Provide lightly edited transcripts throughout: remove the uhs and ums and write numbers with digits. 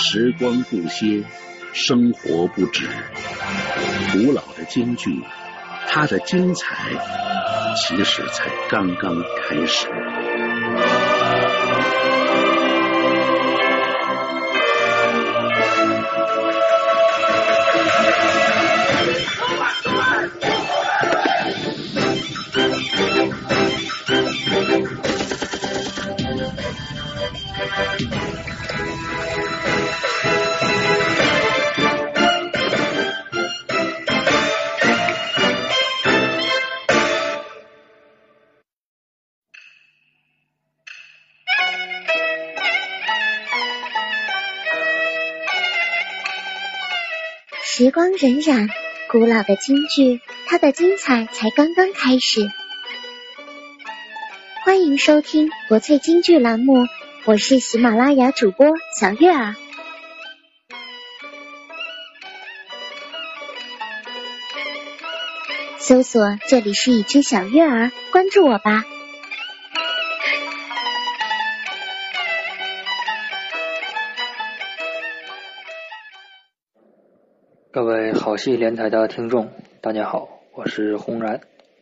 时光不歇，生活不止。古老的京剧，它的精彩其实才刚刚开始。 时光荏苒，古老的京剧，它的精彩才刚刚开始。欢迎收听国粹京剧栏目，我是喜马拉雅主播小月儿。搜索这里是一只小月儿，关注我吧。 各位好戏连台的听众，大家好，我是洪然，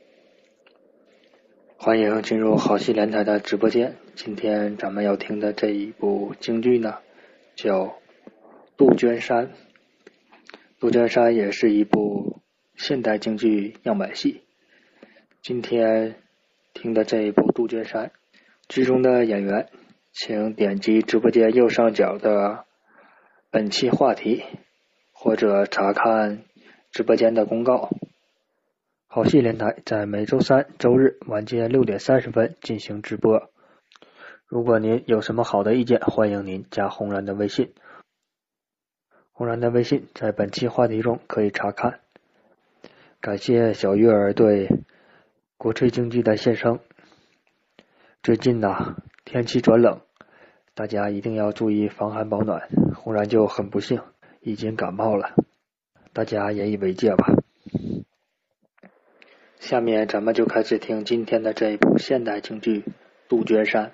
欢迎进入好戏连台的直播间。今天咱们要听的这一部京剧呢，叫《杜鹃山》。杜鹃山也是一部现代京剧样板戏。今天听的这一部《杜鹃山》，剧中的演员，请点击直播间右上角的本期话题，或者查看直播间的公告。好戏连台在每周三、周日晚间6点30分进行直播。如果您有什么好的意见，欢迎您加洪然的微信。洪然的微信在本期话题中可以查看。感谢小月儿对国粹京剧的献声。最近呢，天气转冷，大家一定要注意防寒保暖。洪然就很不幸，已经感冒了，大家引以为戒吧。下面咱们就开始听今天的这一部现代京剧《杜鹃山》。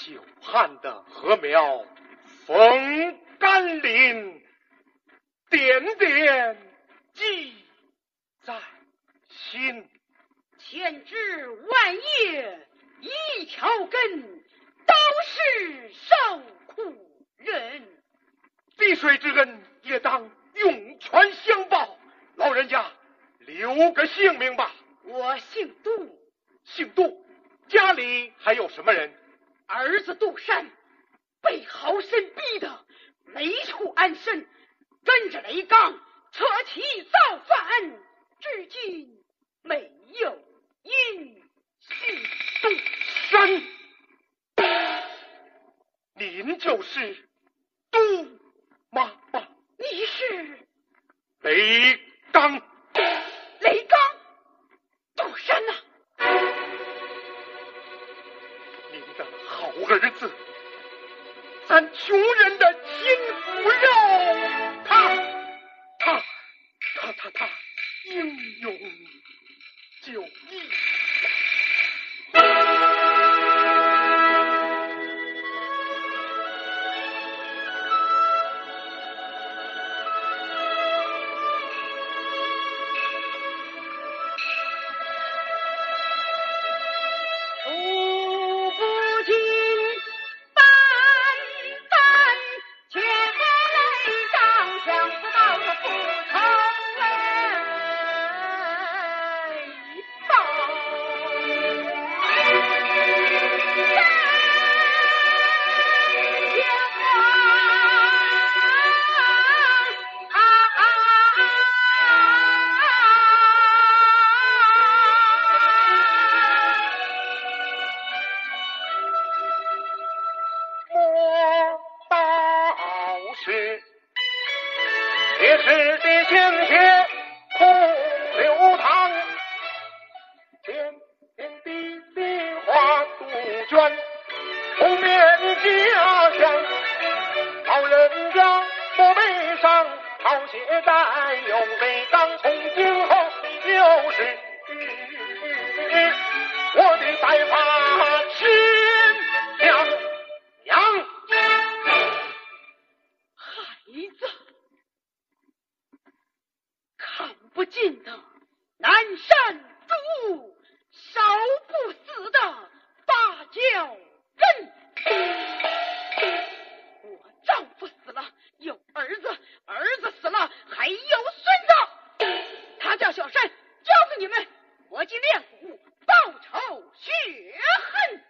久旱的禾苗风甘霖，点点记在心。 千枝万叶一条根，都是受苦人。 滴水之恩也当涌泉相报。老人家留个姓名吧。 我姓杜。 姓杜，家里还有什么人？ 儿子杜山被豪绅逼得没处安身，跟着雷刚扯旗造反，至今没有音讯。 杜山，您就是杜妈妈？ 你是雷刚？ 雷刚？杜山呐！ 您的好儿子，咱穷人的亲骨肉，他英勇就义。烈士的鲜血空流淌，点点滴滴花杜鹃，红遍家乡。老人家不悲伤，好写在有为刚，从今后你就是我的白发亲娘娘。 孩子，看不尽的南山竹，烧不死的芭蕉根。我丈夫死了有儿子，儿子死了还有孙子。他叫小山，交给你们，我即练武报仇雪恨。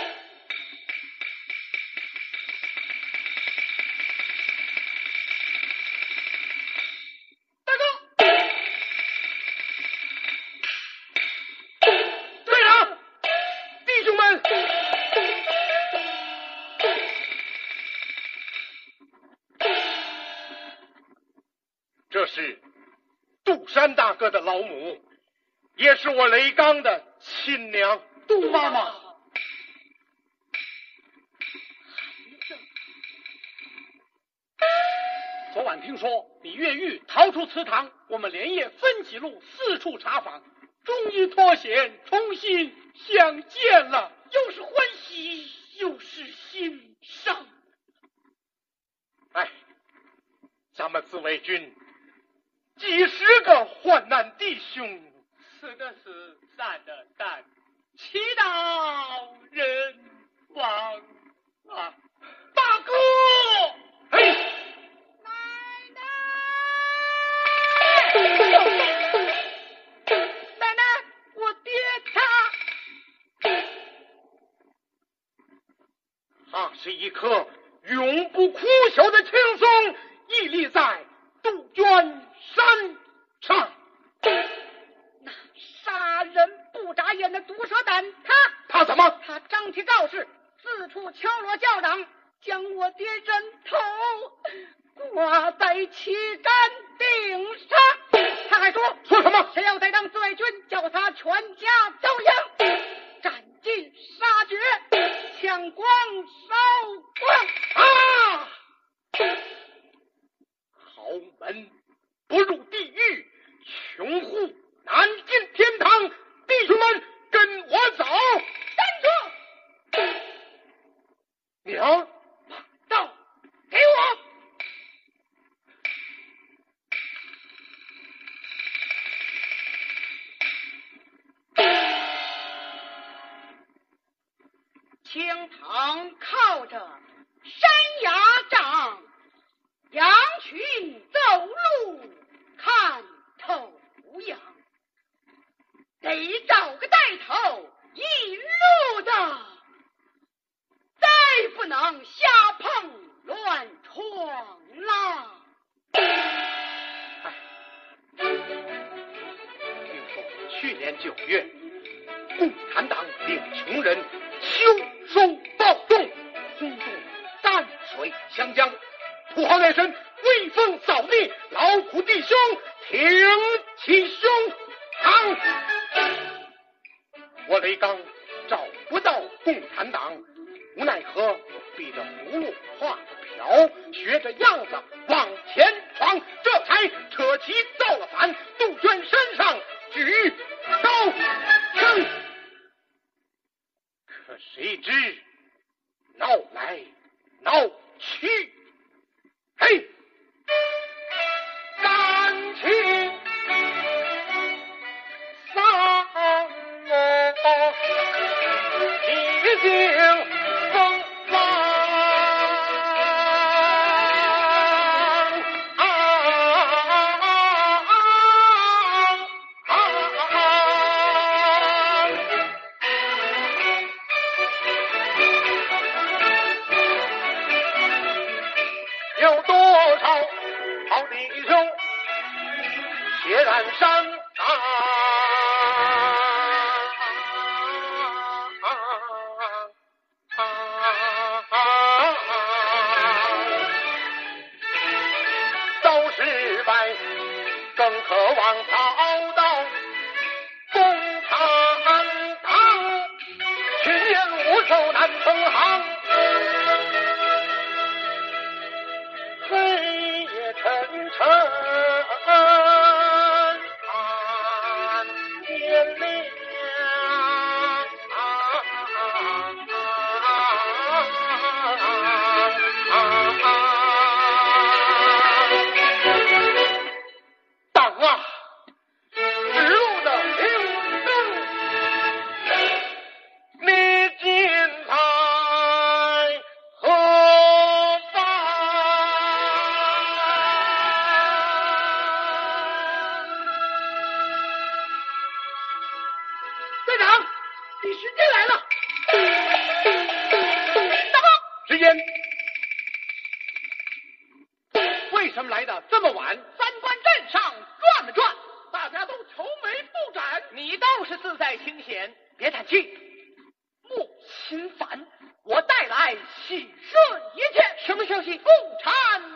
这是杜山大哥的老母，也是我雷刚的亲娘杜妈妈。孩子，昨晚听说你越狱逃出祠堂，我们连夜分几路四处查访，终于脱险重新相见了，又是欢喜又是心伤。 哎，咱们自卫军几十个患难弟兄， 死的死，散的散，祈祷人亡啊！大哥， 哎， 奶奶，我爹他是一颗永不枯朽的青松，屹立在杜鹃山上。 那杀人不眨眼的毒蛇胆， 他怎么？ 他张贴告示，四处敲锣叫嚷，将我爹人头挂在旗杆顶上。他还说什么？ 谁要再当自卫军，叫他全家遭殃，斩尽杀绝，抢光烧光啊！豪门不入地狱，穷户难进天堂。弟兄们，跟我走！ 站住！ 青藤靠着山崖上，羊群走路看头羊，得找个带头引路的，再不能瞎碰乱闯了。 听说去年9月，共产党领穷人秋收暴动，轰动淡水湘江，土豪劣绅威风扫地，劳苦弟兄挺起胸膛。我雷刚找不到共产党，无奈何比着葫芦画着瓢，学着样子往前闯，这才扯旗造了反，杜鹃山上举高升。可谁知闹来闹去，嘿，感情丧已经风浪。有多少好弟兄血染山岗，都失败，更渴望找到共产党，群烟无首难登行，黑夜沉沉天亮，党啊，指路的明灯，你今在何方？队长，你时间来了。大哥，时间为什么来的这么晚？ 三关镇上转了转， 大家都愁眉不展， 你倒是自在清闲。 别叹气， 莫心烦，我带来喜讯一件。 什么消息？ 共产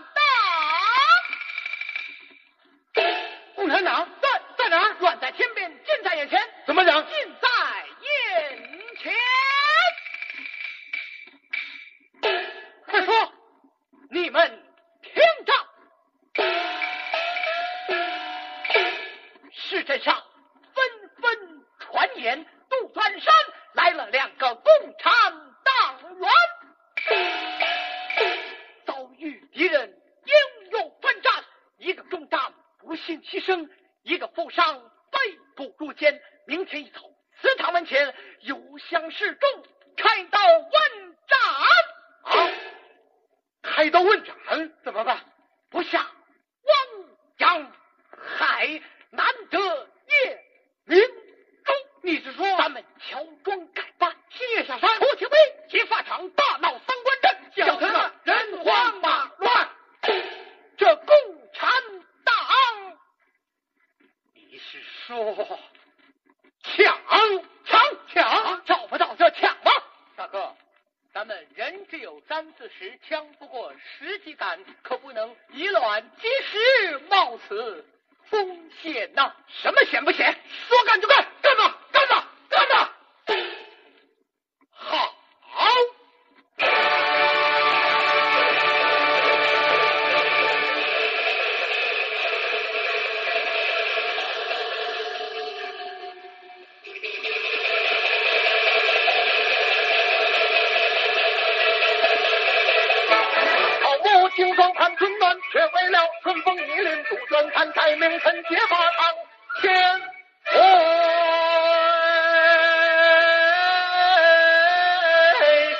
党， 共产党在哪儿？ 远在天边，近在眼前。 怎么讲？ 近在眼前。 快说！ 你们听着，市镇上纷纷传言，杜鹃山来了2个共产党员，遭遇敌人英勇奋战，一个中弹不幸牺牲，一个负伤被捕入监。明天一早，祠堂门前有乡示众，开刀问斩。 啊！开刀问斩怎么办？ 不下汪洋海，难得夜明中。 你是说咱们乔装改扮， 卸下山， 出起威，劫法场，大闹三关镇， 小子们人慌马乱。 这共产党， 你是说抢？ 找不到这抢吗？ 大哥，咱们人只有30-40枪，不过10几杆，可不能以卵击石，冒此风险呐！ 什么险不险？ 说干就干，干吧，干吧，干吧！好。精壮看春暖，却为了春风一凛，杜鹃山在名臣结法场天回。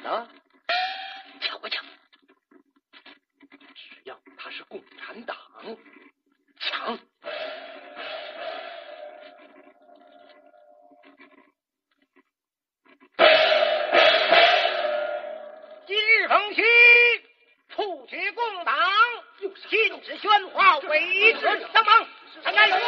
呢？瞧不瞧？只要他是共产党，抢！ 今日逢虚，处决共党，禁止喧哗，维持相帮。参加有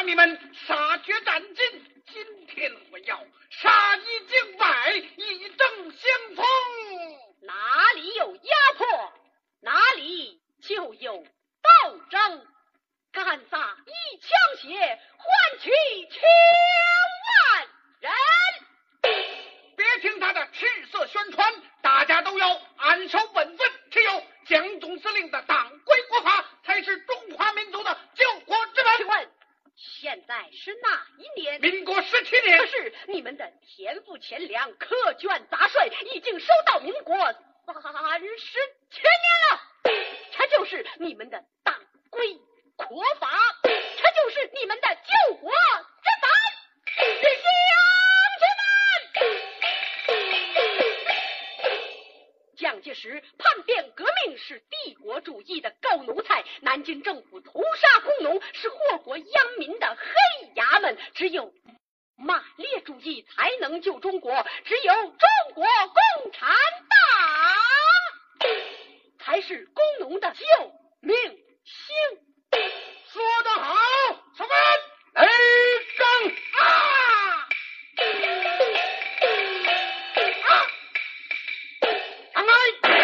你们杀绝战尽。今天我要杀一儆百，以正相逢。 哪里有压迫，哪里就有斗争。敢撒一枪血，换取千万人。 别听他的赤色宣传，大家都要安守本分，只有蒋总司令的党规国法，才是中华民族的救国之本。 请问现在是哪一年？ 民国17年。 可是你们的田赋钱粮、苛捐杂税已经收到民国37年了，这就是你们的党规国法，这就是你们的救国之本，乡亲们！蒋介石叛变革命是帝国主义的狗奴才，南京政府屠杀工农是祸国殃民的黑衙门，只有马列主义才能救中国，只有中国共产党才是工农的救命星。 说得好，什么雷声啊！上来！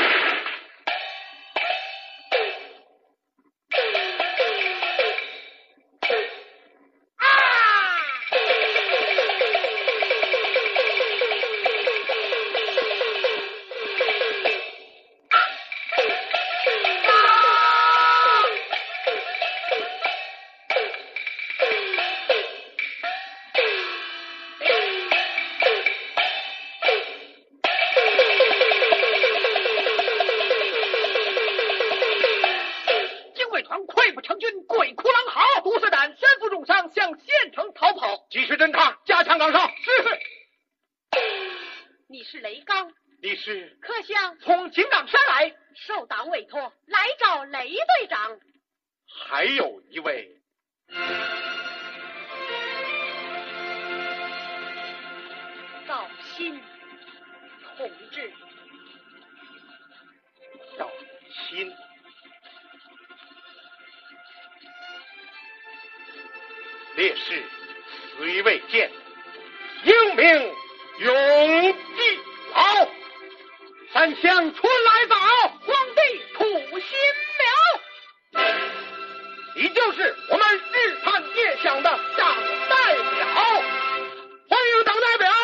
继续侦查，加强岗哨。是。 你是雷刚， 你是柯湘， 从井冈山来， 受党委托来找雷队长。 还有一位赵鑫同志。 赵鑫。烈士虽未见，英名永继老。三乡春来早， 皇帝土新苗。 你就是我们日盼夜想的党代表，欢迎党代表。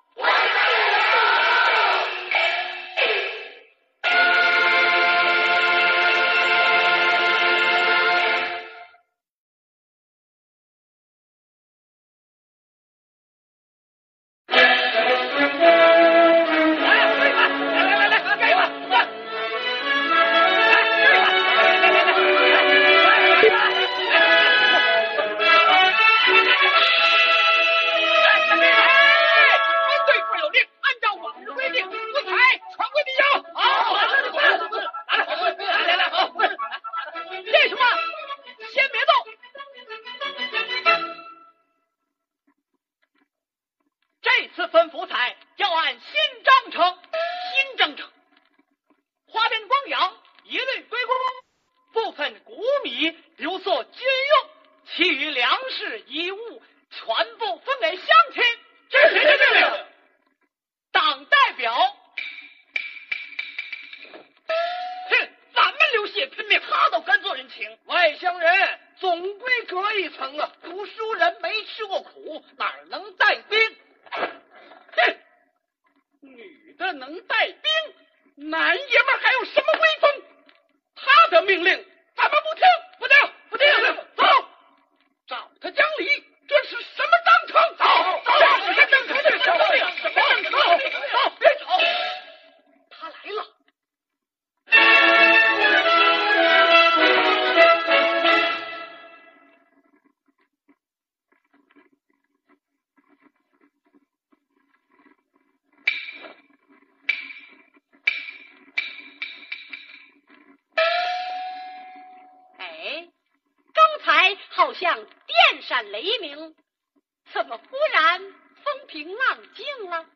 好像电闪雷鸣，怎么忽然风平浪静了？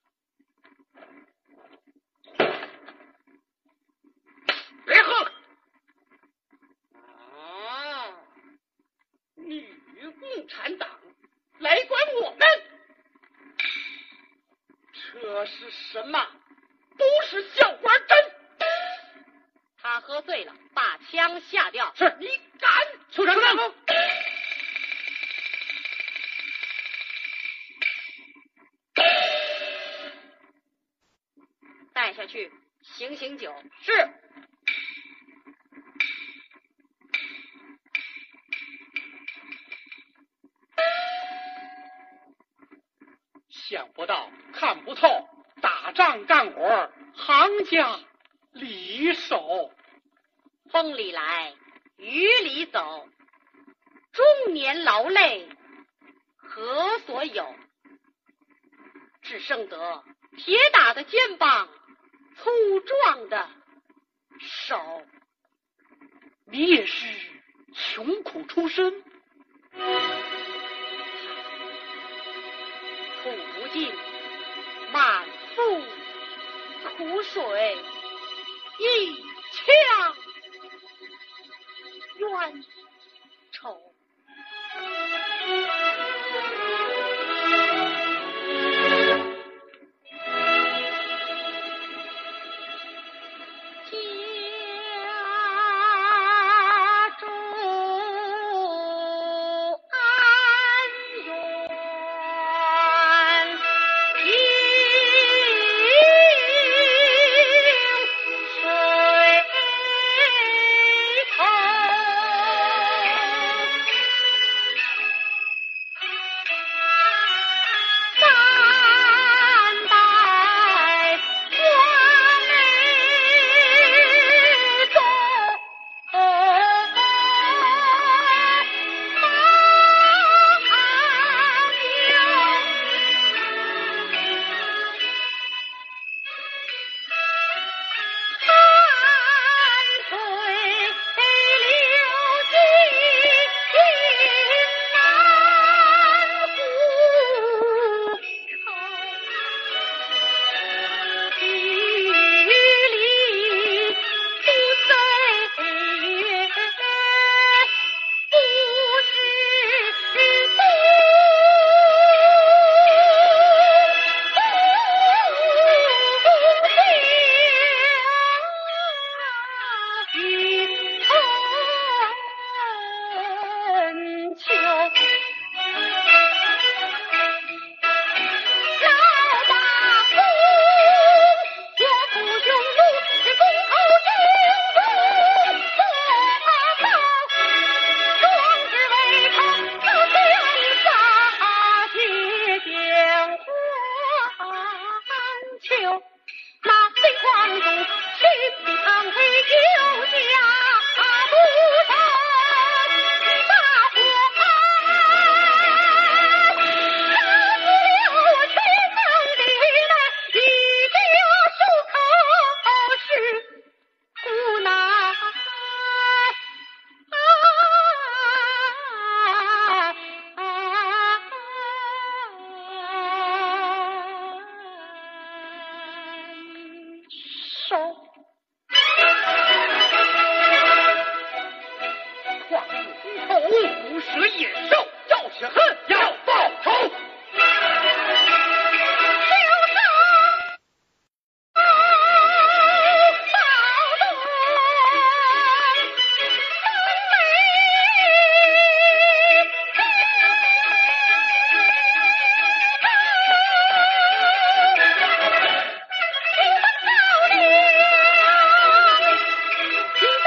别喝！女共共产党来管我们，这是什么？都是小官真。 他喝醉了，把枪下掉。 是你敢出战！ 带下去醒酒。 是。 想不到，看不透，打仗干活，行家里手。 风里来，雨里走，中年劳累何所有？只剩得铁打的肩膀，粗壮的手。 你也是穷苦出身， 苦不尽，满腹苦水，一腔冤仇。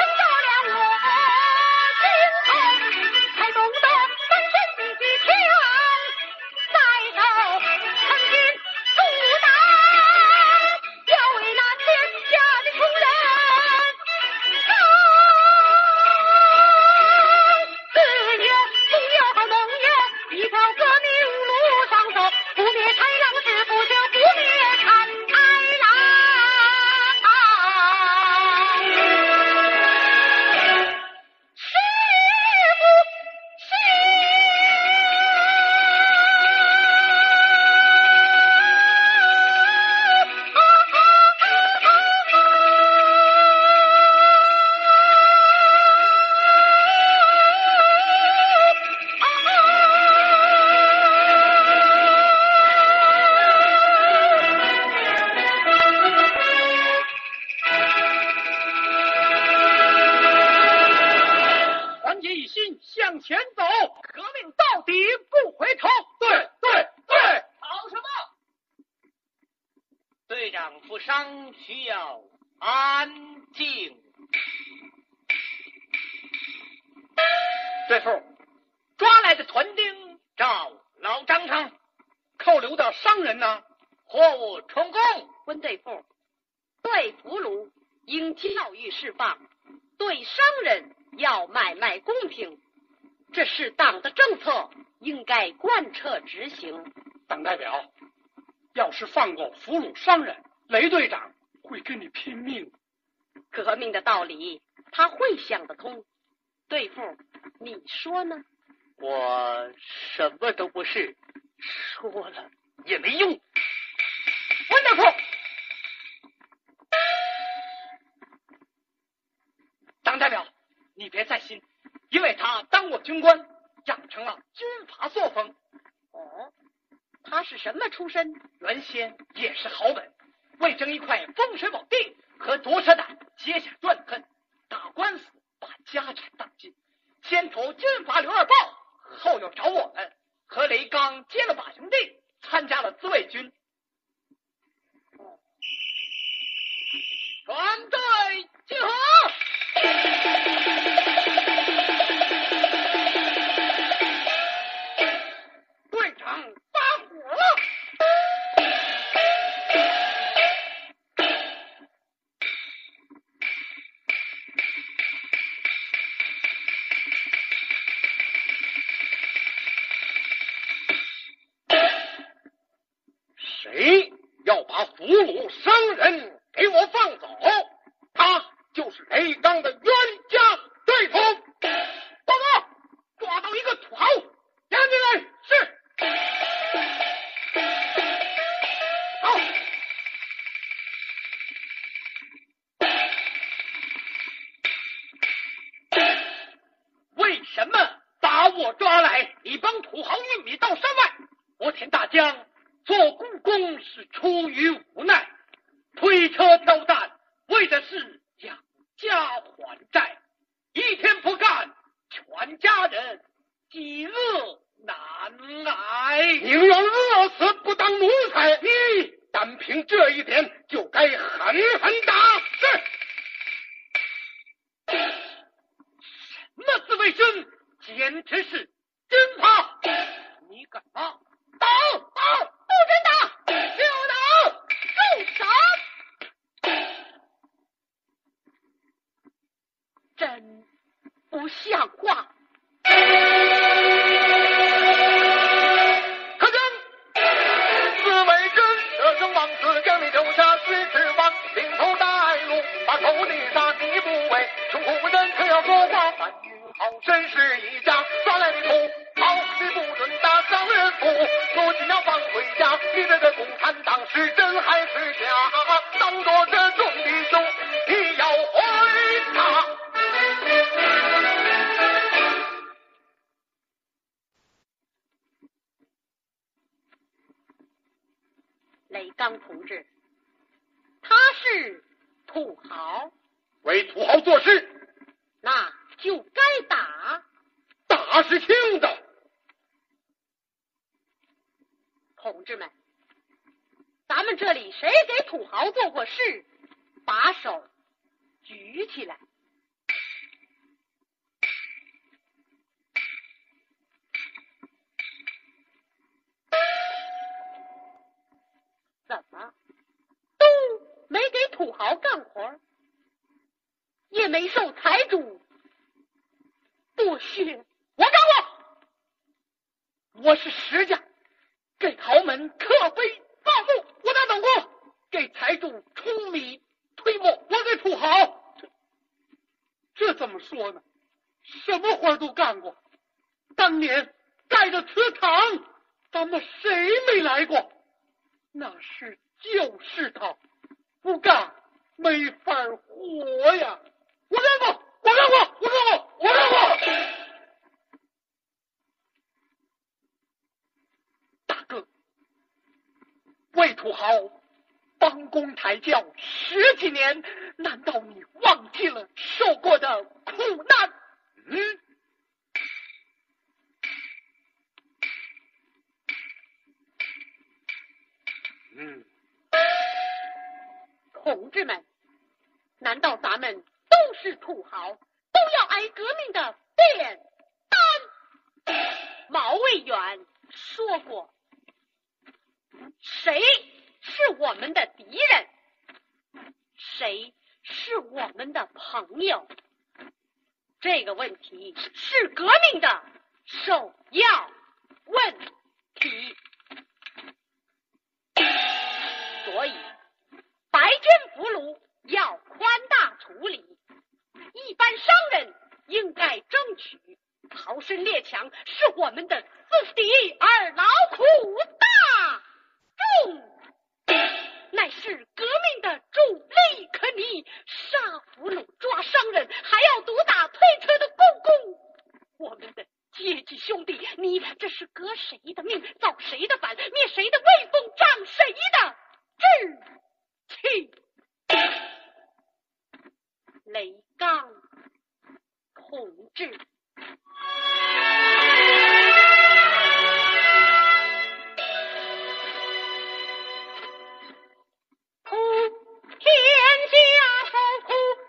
才懂得三生的天。 伤需要安静。 对付， 抓来的团丁找老张成， 扣留的商人呢？ 货物充公。 温对付，对俘虏应教育释放，对商人要买卖公平，这是党的政策，应该贯彻执行。 党代表，要是放过俘虏商人，雷队长会跟你拼命。 革命的道理他会想得通，对付，你说呢？ 我什么都不是，说了也没用。 温大夫， 党代表，你别在心，因为他当过军官，养成了军法作风。 哦，他是什么出身？ 原先也是豪门，为争一块风水宝地，和夺车党结下怨恨，打官司把家产当尽，先投军阀刘二豹，后又找我们，和雷刚结了把兄弟，参加了自卫军。团队集合！ 队长发火了。谁要把俘虏商人给我放走，他就是雷刚的冤家对头。报告，抓到一个土豪，押进来。是。好。 为什么把我抓来？你帮土豪运米到山外，我田大江做故宫是出于无奈，推车挑担，为的是养家还债，一天不干，全家人饥饿难挨， 宁愿饿死不当奴才。你单凭这一点就该狠狠打。是。 什么自卫军，简直是真怕！你敢吗？打！打！不准打！就打！住手！ 真不像话！ 可将自卫军舍生忘死，将你留下须知望，领头带路，把头地杀敌不为，穷苦人可要说话，搬运好绅士一家，抓来的土豪你不准打伤人妇，如今要放回家，你这个共产党是真还是假？当着这众弟兄，你要回答。 雷刚同志，他是土豪， 为土豪做事， 那就该打。 打是轻的。 同志们，咱们这里谁给土豪做过事，把手举起来。怎么都没给土豪干活，也没受财主剥削？ 我干过，我是石匠，给豪门刻碑报墓，我打等过；给财主舂米推磨，我给土豪。 这怎么说呢？什么活都干过。当年盖的祠堂，咱们谁没来过？那是旧世道，不干没法活呀！我干过，我干过，我干过，我干过。 大哥，为土豪帮工抬轿10几年，难道你忘记了受过的苦难？ 同志们，难道咱们都是土豪，都要挨革命的扁担？毛卫元说过，谁是我们的敌人，谁是我们的朋友？这个问题是革命的首要问题。所以白捐俘虏要宽大处理，一般商人应该争取，逃生列强是我们的死敌，而劳苦大众乃是革命的主力。可你杀俘虏抓商人，还要毒打推车的公公，我们的阶级兄弟，你这是革谁的命，造谁的反，灭谁的威风，长谁的志气？雷刚同志，苦天下受苦，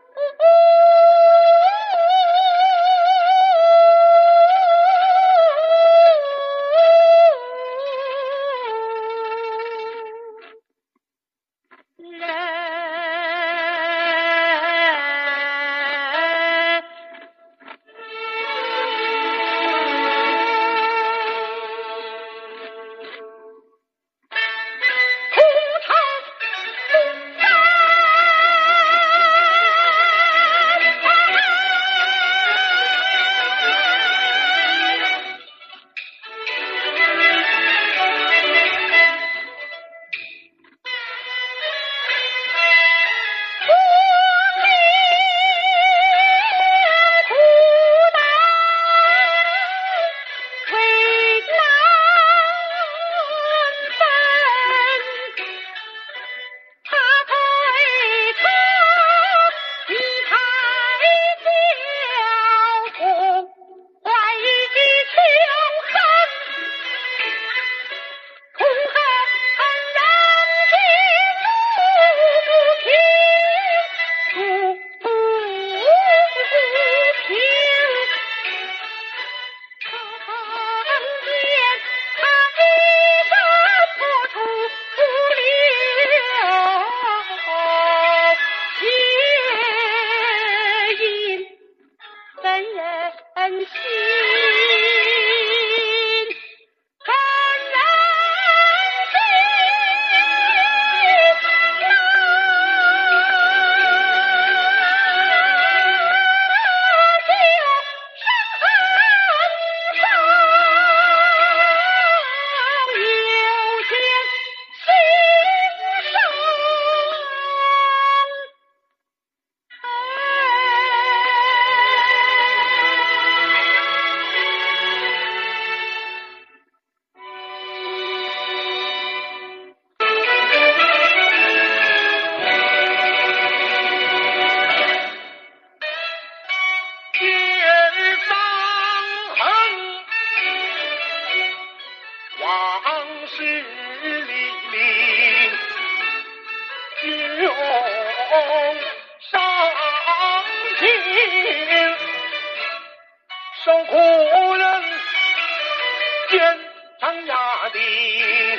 受苦人肩上压的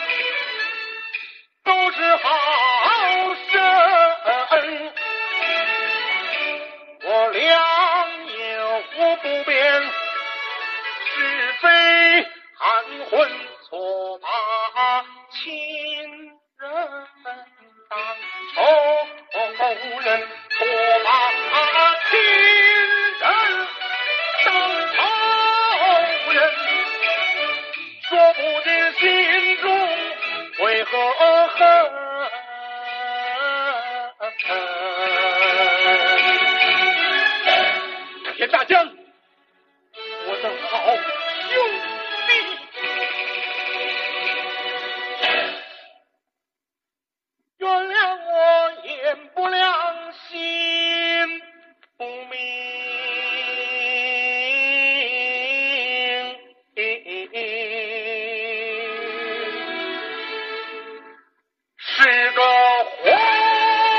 都是好生，我良莠不辨是非含混错把亲人当仇人，错把亲人当仇人，说不定心中为何恨。田大江，我的好兄弟，原谅我眼不亮心不明，是个坏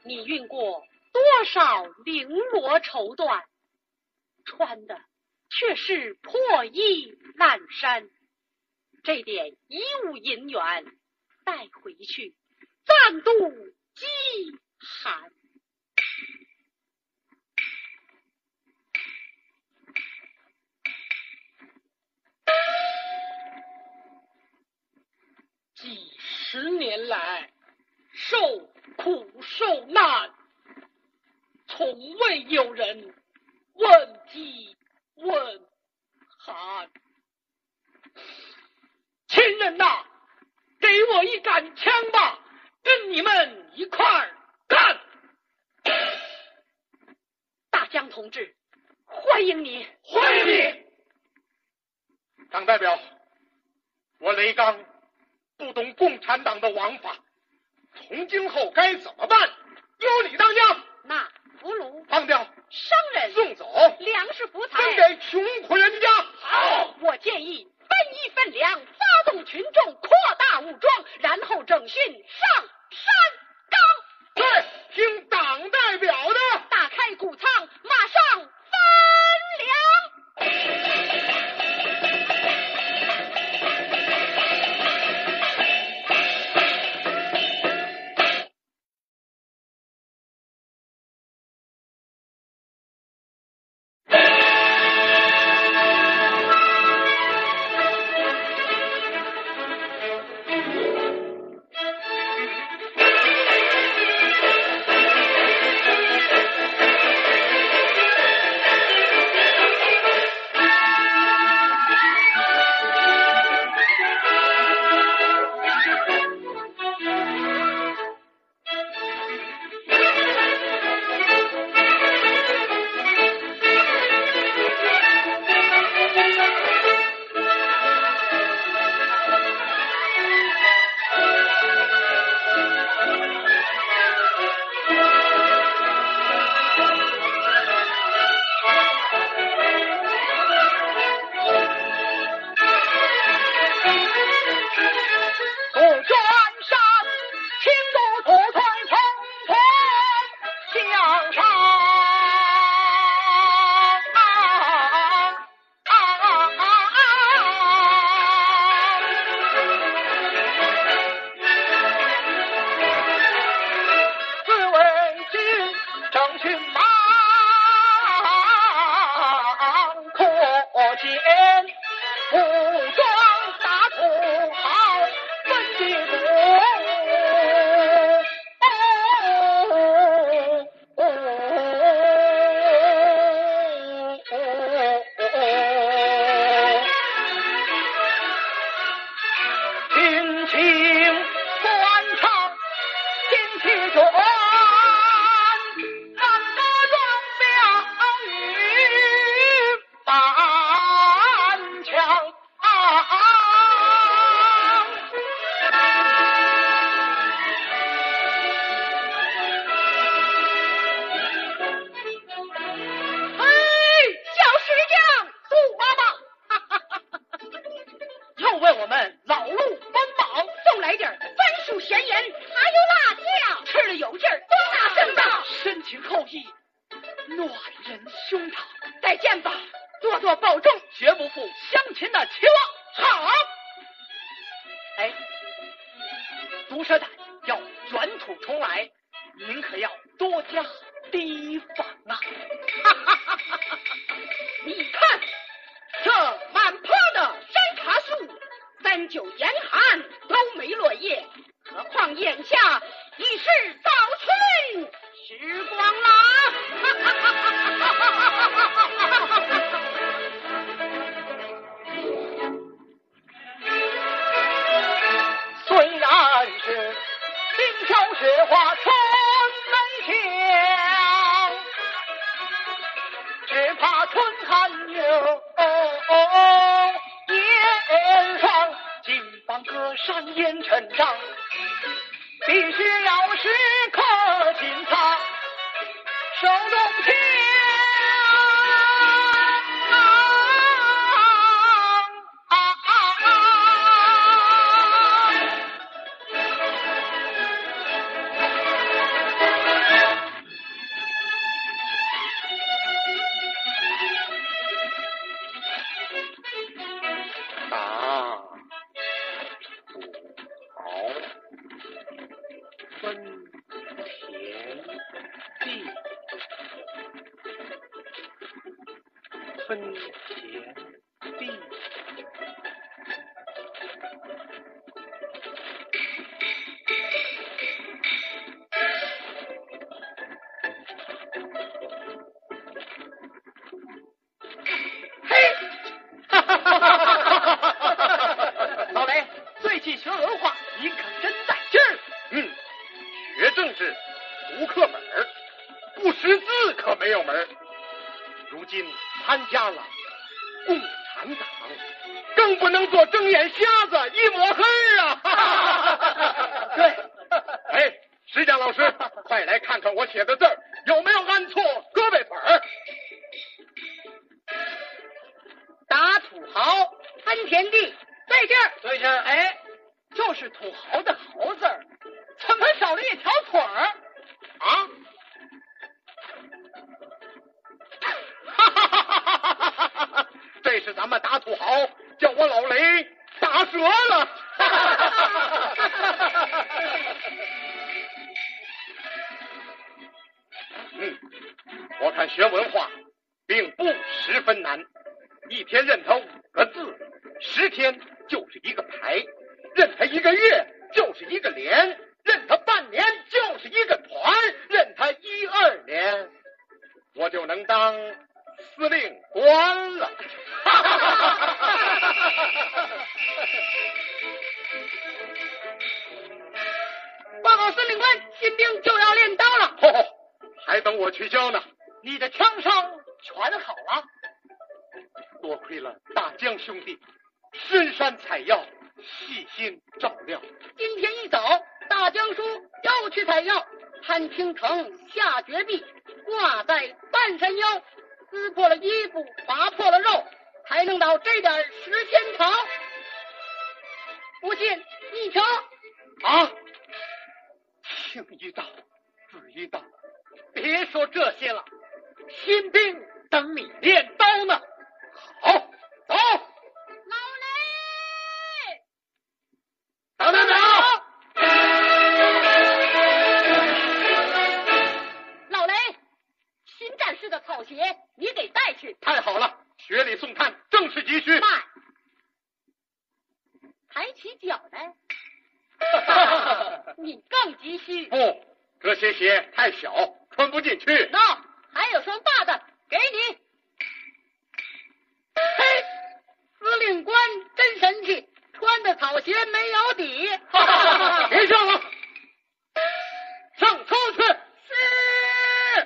你运过多少绫罗绸缎，穿的却是破衣烂衫，这点衣物银元带回去，暂度饥寒。 几十年来受苦受难，从未有人问饥问寒。亲人呐，给我一杆枪吧，跟你们一块儿干！ 大江同志，欢迎你！ 欢迎你！党代表，我雷刚不懂共产党的王法，从今后该怎么办？由你当家。 那俘虏放掉， 商人送走， 粮食福财分给穷苦人家。 好，我建议分一分粮，发动群众，扩大武装，然后整训上山岗。 对，听党代表的。 打开谷仓，马上分粮。 分田地。 老雷，最近学文化，你可真带劲儿。 学政治读课本，不识字可没有门。如今参加了共产党，更不能做睁眼瞎子一抹黑啊！ 对， 哎，石江老师，快来看看我写的字儿有没有按错胳膊腿儿。 打土豪分田地，对劲儿， 对劲儿。哎，就是土豪的豪字儿，怎么少了一条腿儿啊？这是咱们打土豪叫我老雷打折了。我看学文化并不十分难，一天认它5个字，10天就是一个排，认它1个月就是一个连，认它半年就是一个团，认它1、2年，我就能当司令官了。 报告司令官，新兵就要练刀了。 还等我去教呢。 你的枪伤全好了？ 多亏了大江兄弟深山采药，细心照料。 今天一早，大江叔要去采药，潘青城下绝壁，挂在半山腰，撕破了衣服，划破了肉，才能到这点时间草。不信你瞧。 啊！情一道，志一道。 别说这些了，新兵等你练刀呢。 好，走。 老雷， 等。 老雷，新战士的草鞋你给带去。 太好了，学里送炭，正是急需。 慢，抬起脚来。你更急需。 不，这些鞋太小，穿不进去。 那还有双大的，给你。嘿，司令官真神气，穿的草鞋没有底。 别笑了，上操去。 是。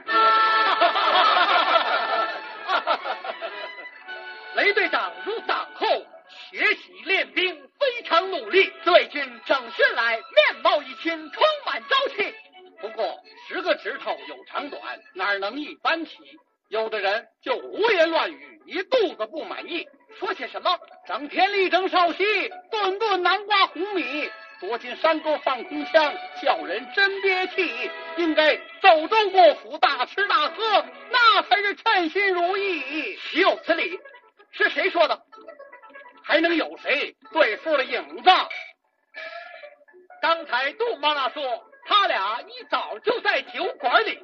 雷队长入党后学习练兵，非常努力，对军整训来面貌一新，充满朝气。不过10个指头有长短，哪能一般齐？有的人就胡言乱语，一肚子不满意，说些什么整天力争少息，顿顿南瓜红米，躲进山沟放空枪，叫人真憋气。应该走州过府，大吃大喝，那才是称心如意。岂有此理！是谁说的？还能有谁对付了影子？刚才杜妈妈说，他俩一早就在酒馆里。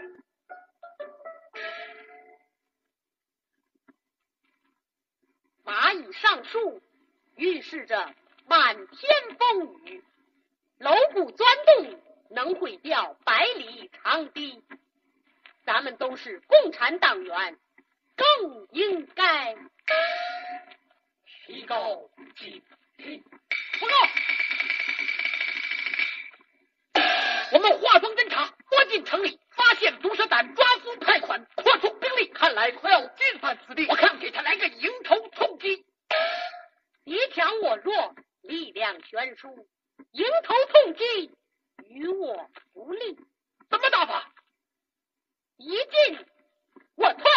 马羽上树，预示着满天风雨；楼鼓钻洞，能毁掉100里长堤。咱们都是共产党员，更应该提高警惕。 报告， 我们画风侦查，摸进城里，发现毒蛇胆，抓夫派款，扩充兵力，看来快要进犯此地。我看给他来个迎头痛击。 你强我弱，力量悬殊，迎头痛击与我不利。 怎么打法？ 一进我退。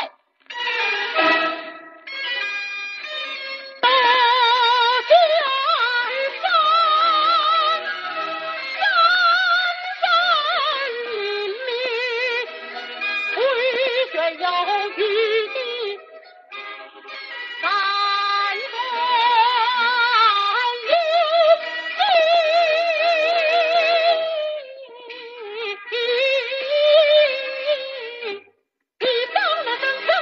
你上了登山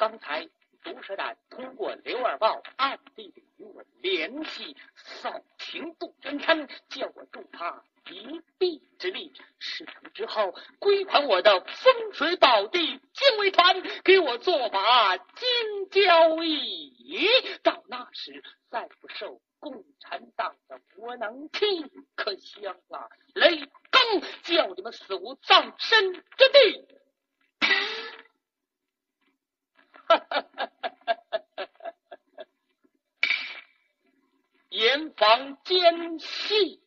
刚才毒蛇胆通过刘二豹暗地里与我联系，扫清杜鹃山，叫我助他一臂之力。事成之后，归还我的风水宝地禁卫团，给我做把金交椅。到那时，再不受共产党的窝囊气，可香了！雷公叫你们死无葬身之地。严防奸细。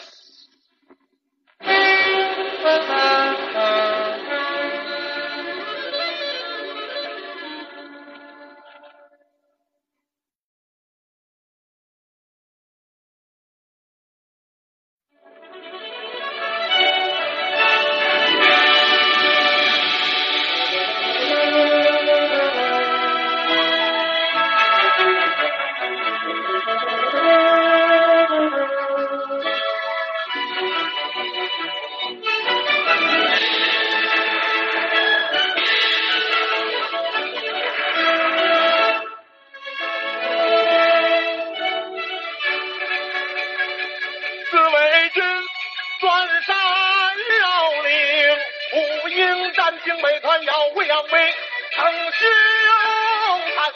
警卫团要为杨梅称雄汉，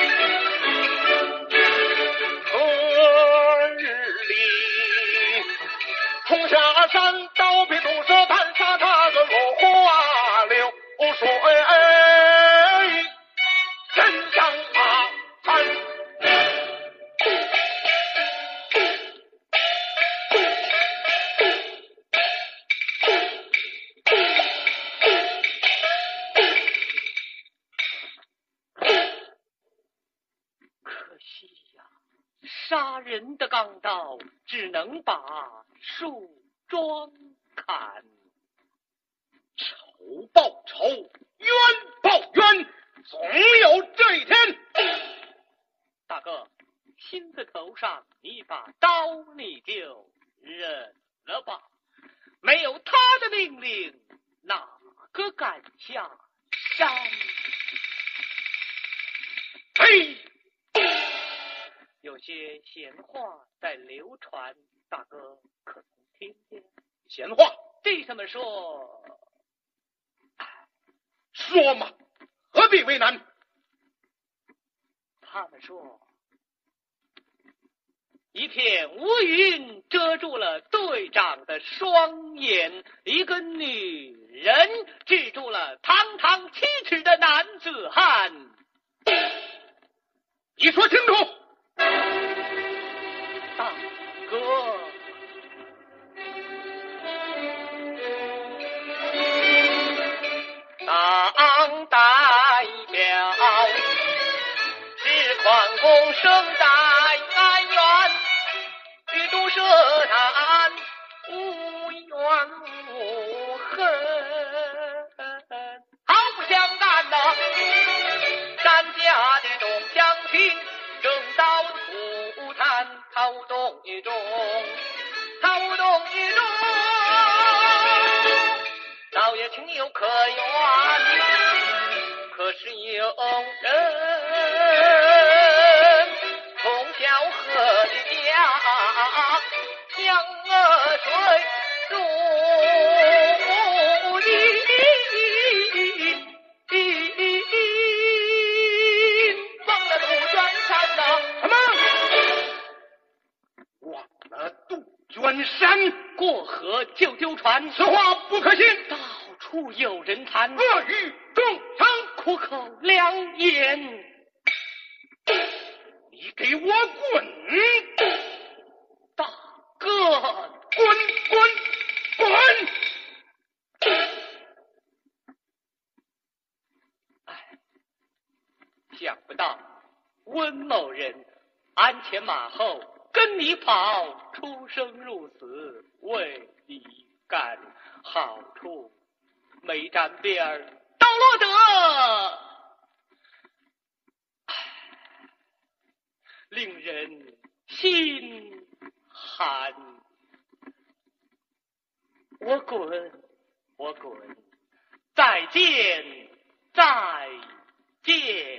何日里冲下山，刀劈毒蛇弹，杀他个落花流水，真相大翻。 杀人的钢刀只能把树桩砍， 仇报仇，冤报冤，总有这一天。 大哥，心字头上一把刀，你就忍了吧。没有他的命令，哪个敢下山？ 嘿！ 有些闲话在流传，大哥可曾听见？ 闲话？ 弟兄们说， 说嘛，何必为难？ 他们说，一片乌云遮住了队长的双眼，一个女人制住了堂堂7尺的男子汉。 你说清楚。 大哥， 党代表是宽公生在安源，与毒蛇胆无怨无恨，毫不相干的山下的众乡亲正到土坛掏动一中，倒也情有可原。可是有人从小河的家将水入地，忘了杜鹃山呐！ 什么？忘了杜鹃山？ 过河就丢船， 此话不可信。 到处有人谈， 恶语重伤， 苦口良言。 你给我滚！ 大哥， 滚！ 想不到温某人鞍前马后跟你跑，出生入死为你干，好处没沾边儿，倒落得令人心寒。我滚，再见。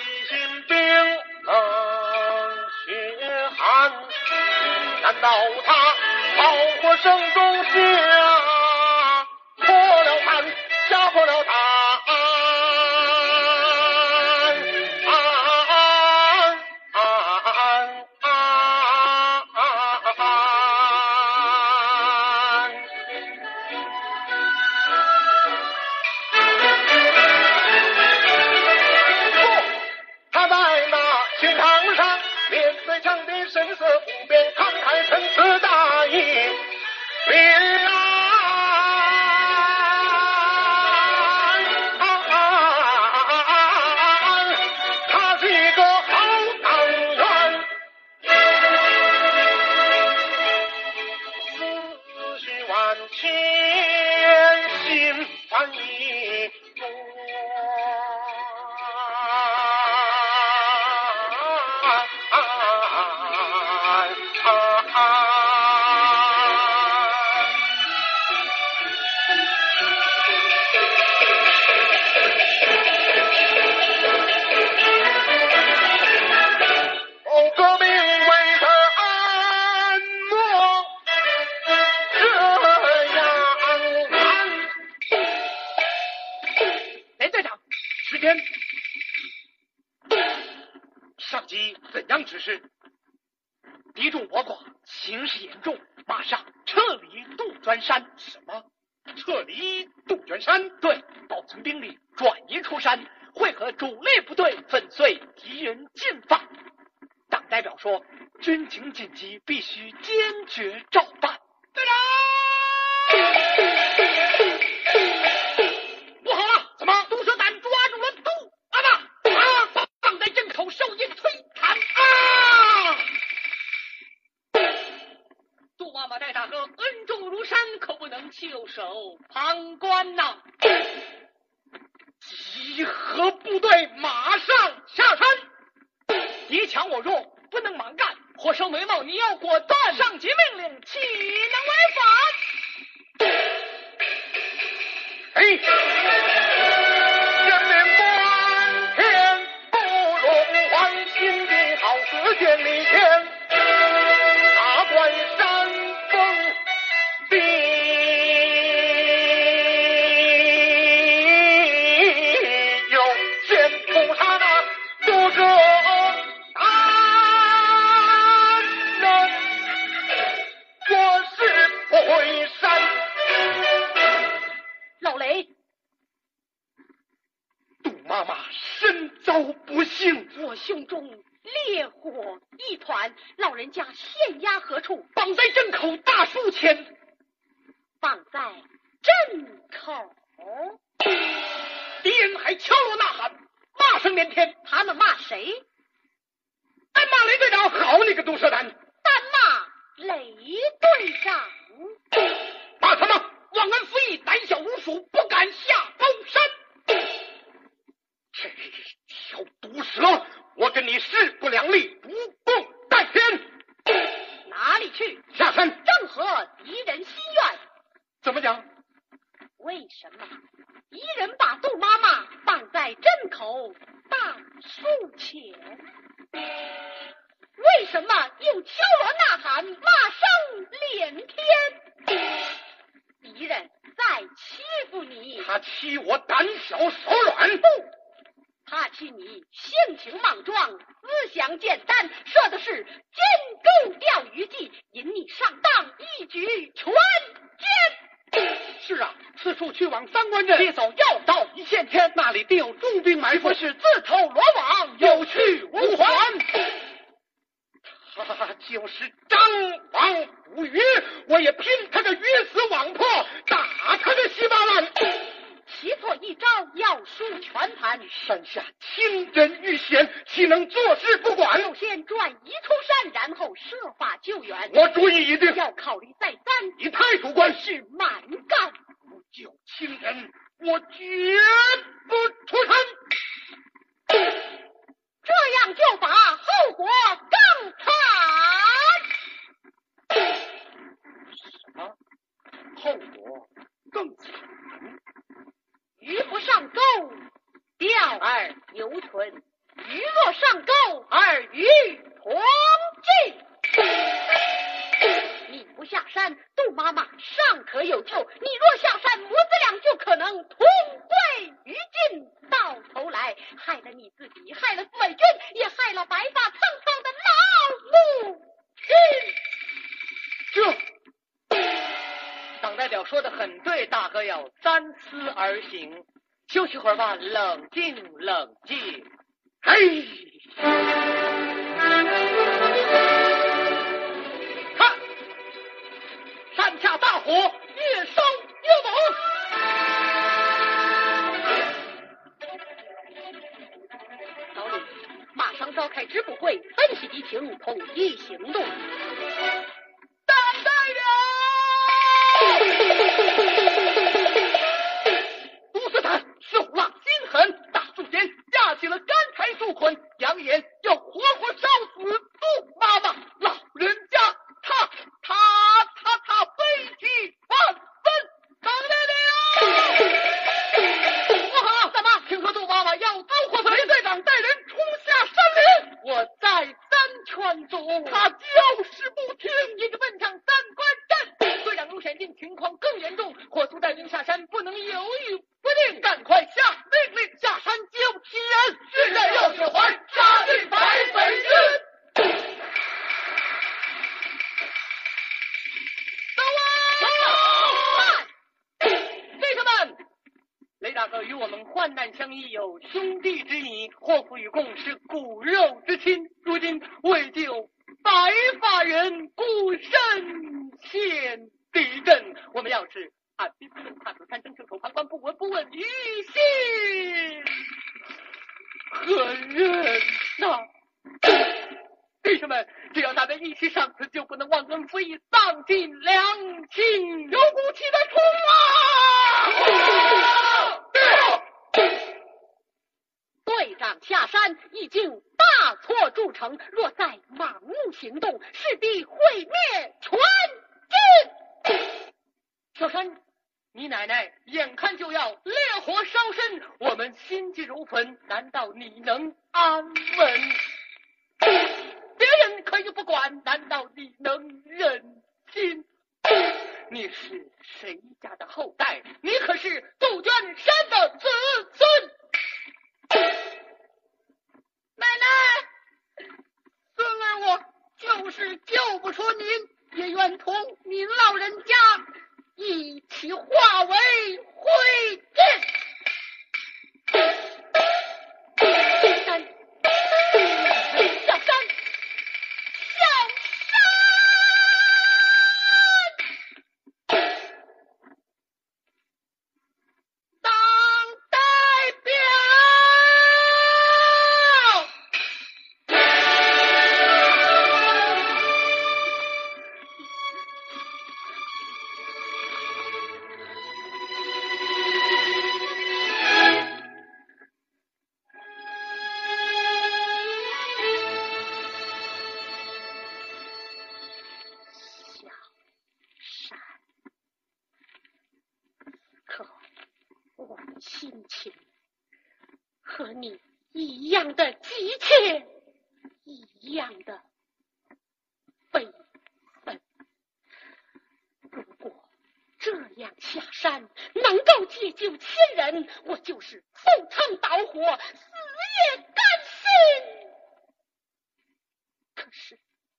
心冰冷血寒，难道他炮火声中下破了坛，下破了坛？强的神色不变，慷慨陈词大义了他是一个好党员，思绪万千，心烦意多。 上级怎样指示？敌众我寡，形势严重，马上撤离杜鹃山。什么？撤离杜鹃山？对，保存兵力，转移出山，会和主力部队粉碎敌人进犯。党代表说，军情紧急，必须坚决照办。队长！不好了！怎么？毒蛇胆抓住了杜阿妈！放在阵口，受印推砍啊！杜妈妈待大哥恩重如山，可不能袖手旁观呐！集合部队，马上下山！敌强我弱，不能蛮干。火烧眉毛，你要果断。上级命令，岂能违反？ 哎，人民关天不容换新的好事见里前，大关山峰地有先不查那杜蛇男人，我是不会删。 老雷， 杜妈妈身遭不幸， 我胸中烈火一团，老人家现押何处？ 绑在阵口大树前。 绑在阵口。 敌人还敲锣呐喊，骂声连天。 他们骂谁？ 单骂雷队长。好你个毒蛇胆！ 单骂雷队长。 骂他们忘恩负义，胆小如鼠，不敢下刀山。这条毒蛇，我跟你势不两立，不共戴天。 哪里去？ 下山。 正合敌人心愿。 怎么讲？ 为什么敌人把杜妈妈绑在阵口大树前？为什么又敲锣呐喊，骂声连天？敌人在欺负你。 他欺我胆小手软。 不，他欺你性情莽撞，思想简单，设的是监构钓鱼计，引你上当，一举全歼。 是啊，此处去往三关镇，一走要到一线天，那里定有重兵埋伏，是自投罗网，有去无还。他就是张王捕鱼，我也拼他个鱼死网破，打他个稀巴烂。 棋错一招，要输全盘。 山下清真遇险，岂能坐视不管？ 首先转移出山，然后设法救援。 我主意已定， 要考虑再三。 以太主观是蛮干， 不救清人，我绝不出山。 这样就把后果更惨。 什么？后果更惨？ 鱼不上钩，钓饵犹存；鱼必害了魏军，也害了白发苍苍的老母亲。 党代表说的很对，大哥要三思而行。休息会儿吧，冷静冷静。 嘿，看，山下大火，越烧越猛。 老李，马上召开支部会，分析敌情，统一行动。 党代表，吴斯坦手辣心狠，大树前架起了干柴树捆，扬言要活活烧死杜妈妈。老人家他悲戚万分。党代表，不好， 怎么？ 听说杜妈妈要遭火焚，队长带人冲下山林， 我再三劝阻， 他就是不听。 一个奔向三关阵，队长路险境，情况更严重，火速带兵下山，不能犹豫不定， 赶快下命令，下山救亲人，现在要血还，杀进白匪军。 弟兄们，雷大哥与我们患难相依，有兄弟之谊，祸福与共是骨肉之亲。如今为救白发人，孤身陷敌阵，我们要是按兵不动，踏出山争袖手旁观，不闻不问于心何忍呐？弟兄们，只要咱们一起上此，就不能忘恩负义，丧尽良心， 有骨气的冲啊！ 队长下山已经大错铸成，若再盲目行动，势必毁灭全军。 小山，你奶奶眼看就要烈火烧身，我们心急如焚，难道你能安稳？别人可以不管，难道你能忍心？你是谁家的后代？你可是杜鹃山的子孙。 奶奶，孙儿我就是救不出您，也愿同您老人家一起化为灰烬。 山，小山，小山， 党代表。 心情和你一样的急切，一样的悲愤。如果这样下山能够解救亲人，我就是赴汤蹈火，死也甘心。可是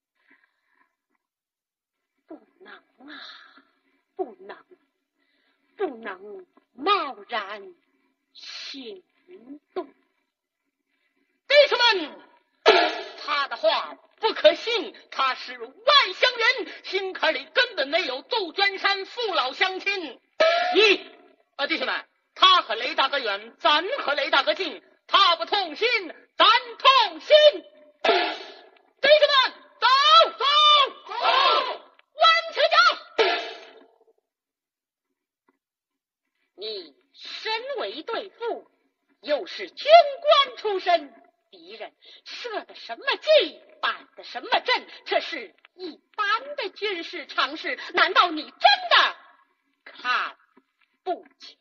不能啊，不能贸然行动。 弟兄们，他的话不可信，他是外乡人，心坎里根本没有杜鹃山父老乡亲。弟兄们，他和雷大哥远，咱和雷大哥近，他不痛心，咱痛心。弟兄们，走，弯起脚。 你身为对副，又是军官出身，敌人设的什么计，摆的什么阵，这是一般的军事常识，难道你真的看不清？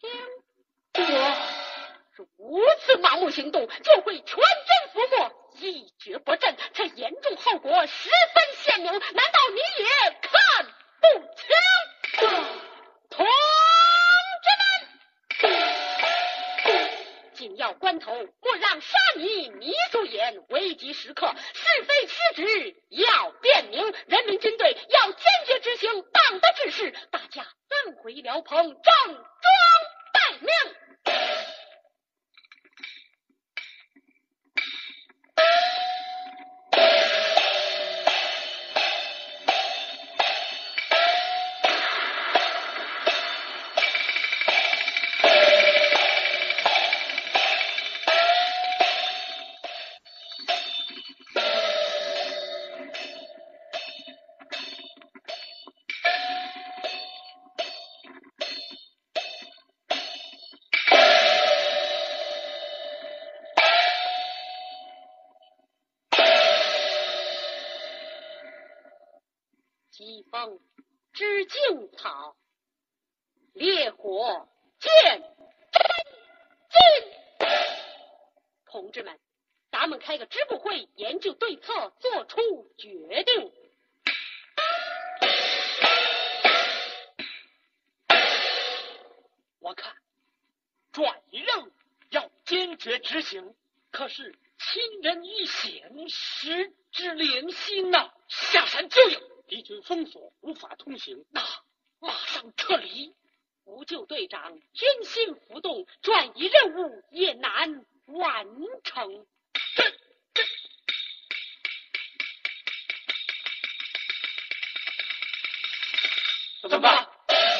我如此盲目行动，就会全军覆没，一蹶不振，这严重后果十分鲜明，难道你也看不清？同志们，紧要关头，莫让杀你一素言，危急时刻是非失职要辨明，人民军队要坚决执行党的指示，大家返回辽棚，整装待命。疾风知劲草，烈火见真金。同志们，咱们开个支部会，研究对策，做出决定。 我看转移任务要坚决执行，可是亲人一线，失之连心呐！下山救营，敌军封锁，无法通行，那马上撤离。 无救队长军心浮动，转移任务也难完成。 怎么办？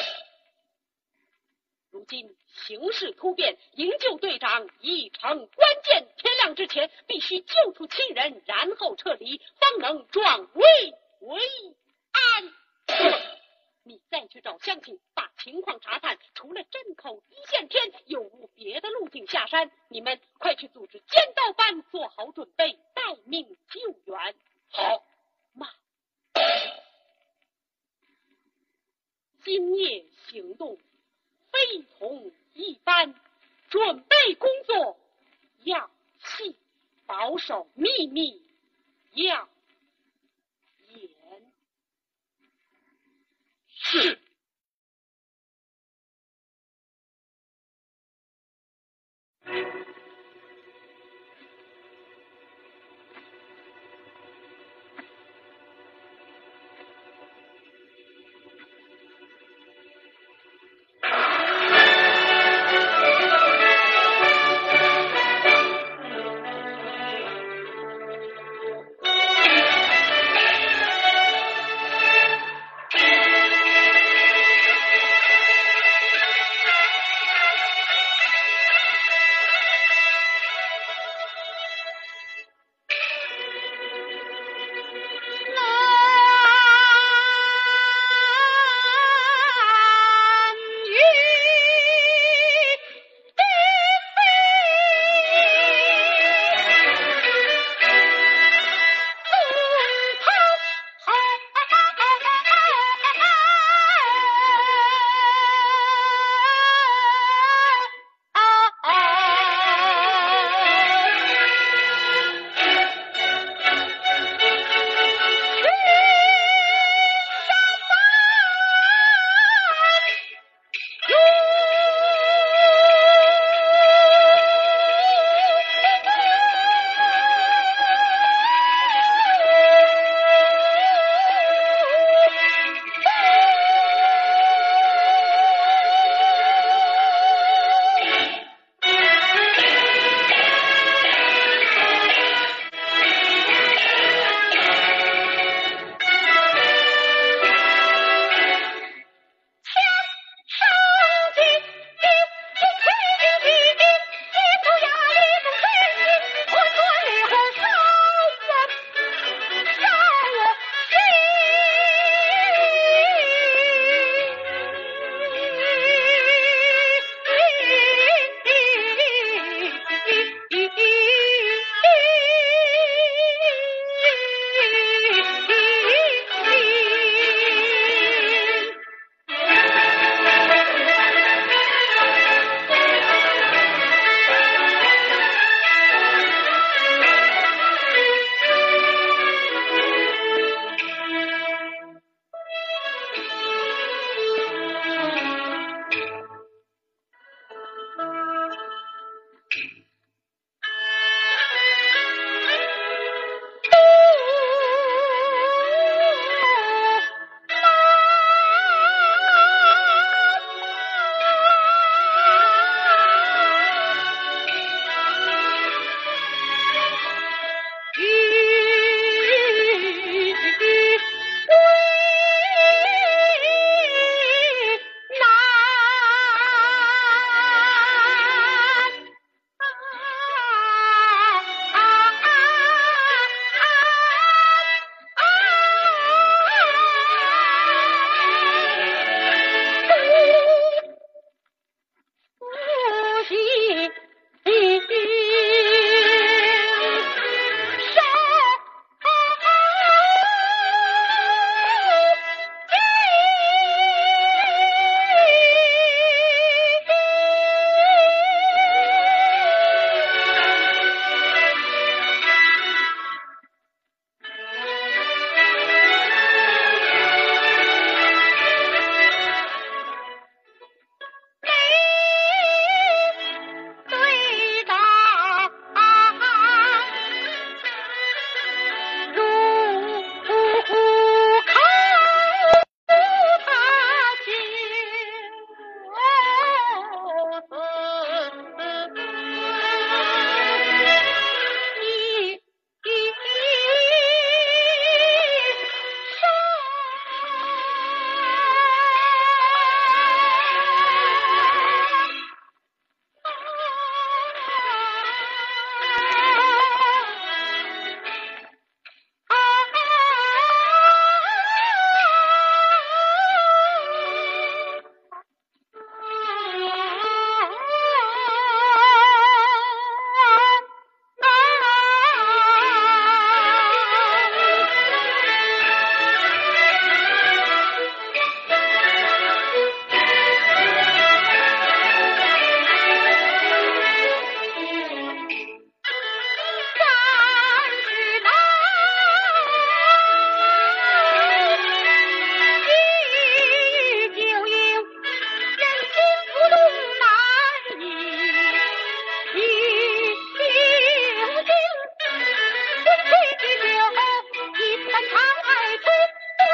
如今形势突变，营救队长已成关键。天亮之前必须救出亲人，然后撤离，方能转危为安。你再去找乡亲，把情况查探，除了镇口一线天，又无别的路径下山。你们快去组织尖刀班，做好准备，待命救援。 好， 妈。今夜行动非同一般，准备工作要细，保守秘密要严。 是。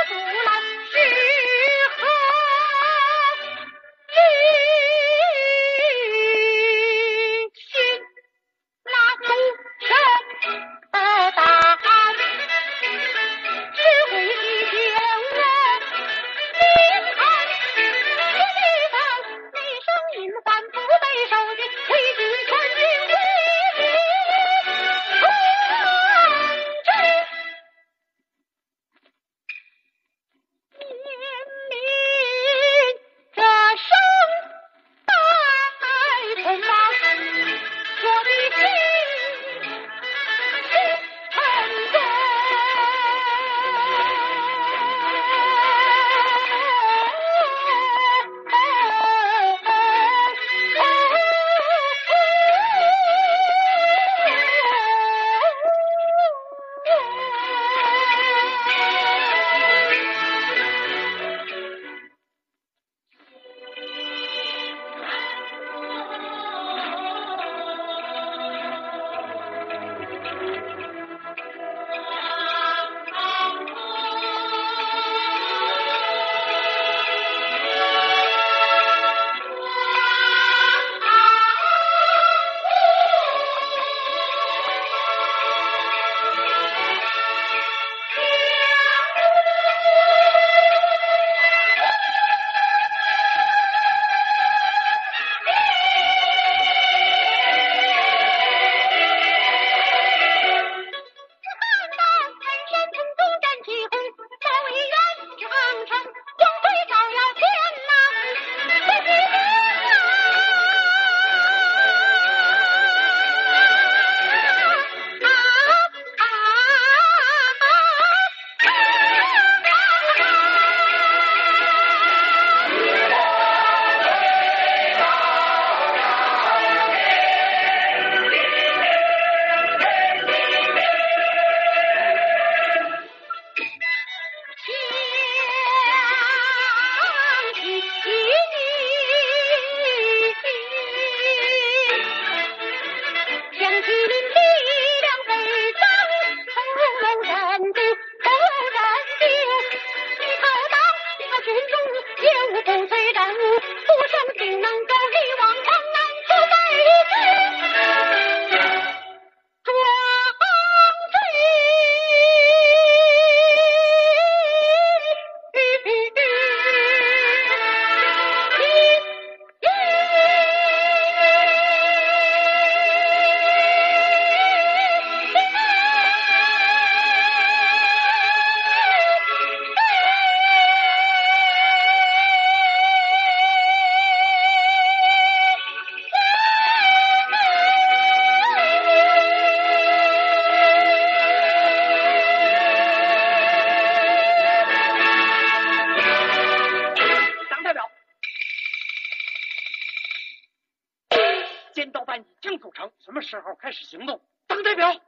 什么时候开始行动？党代表，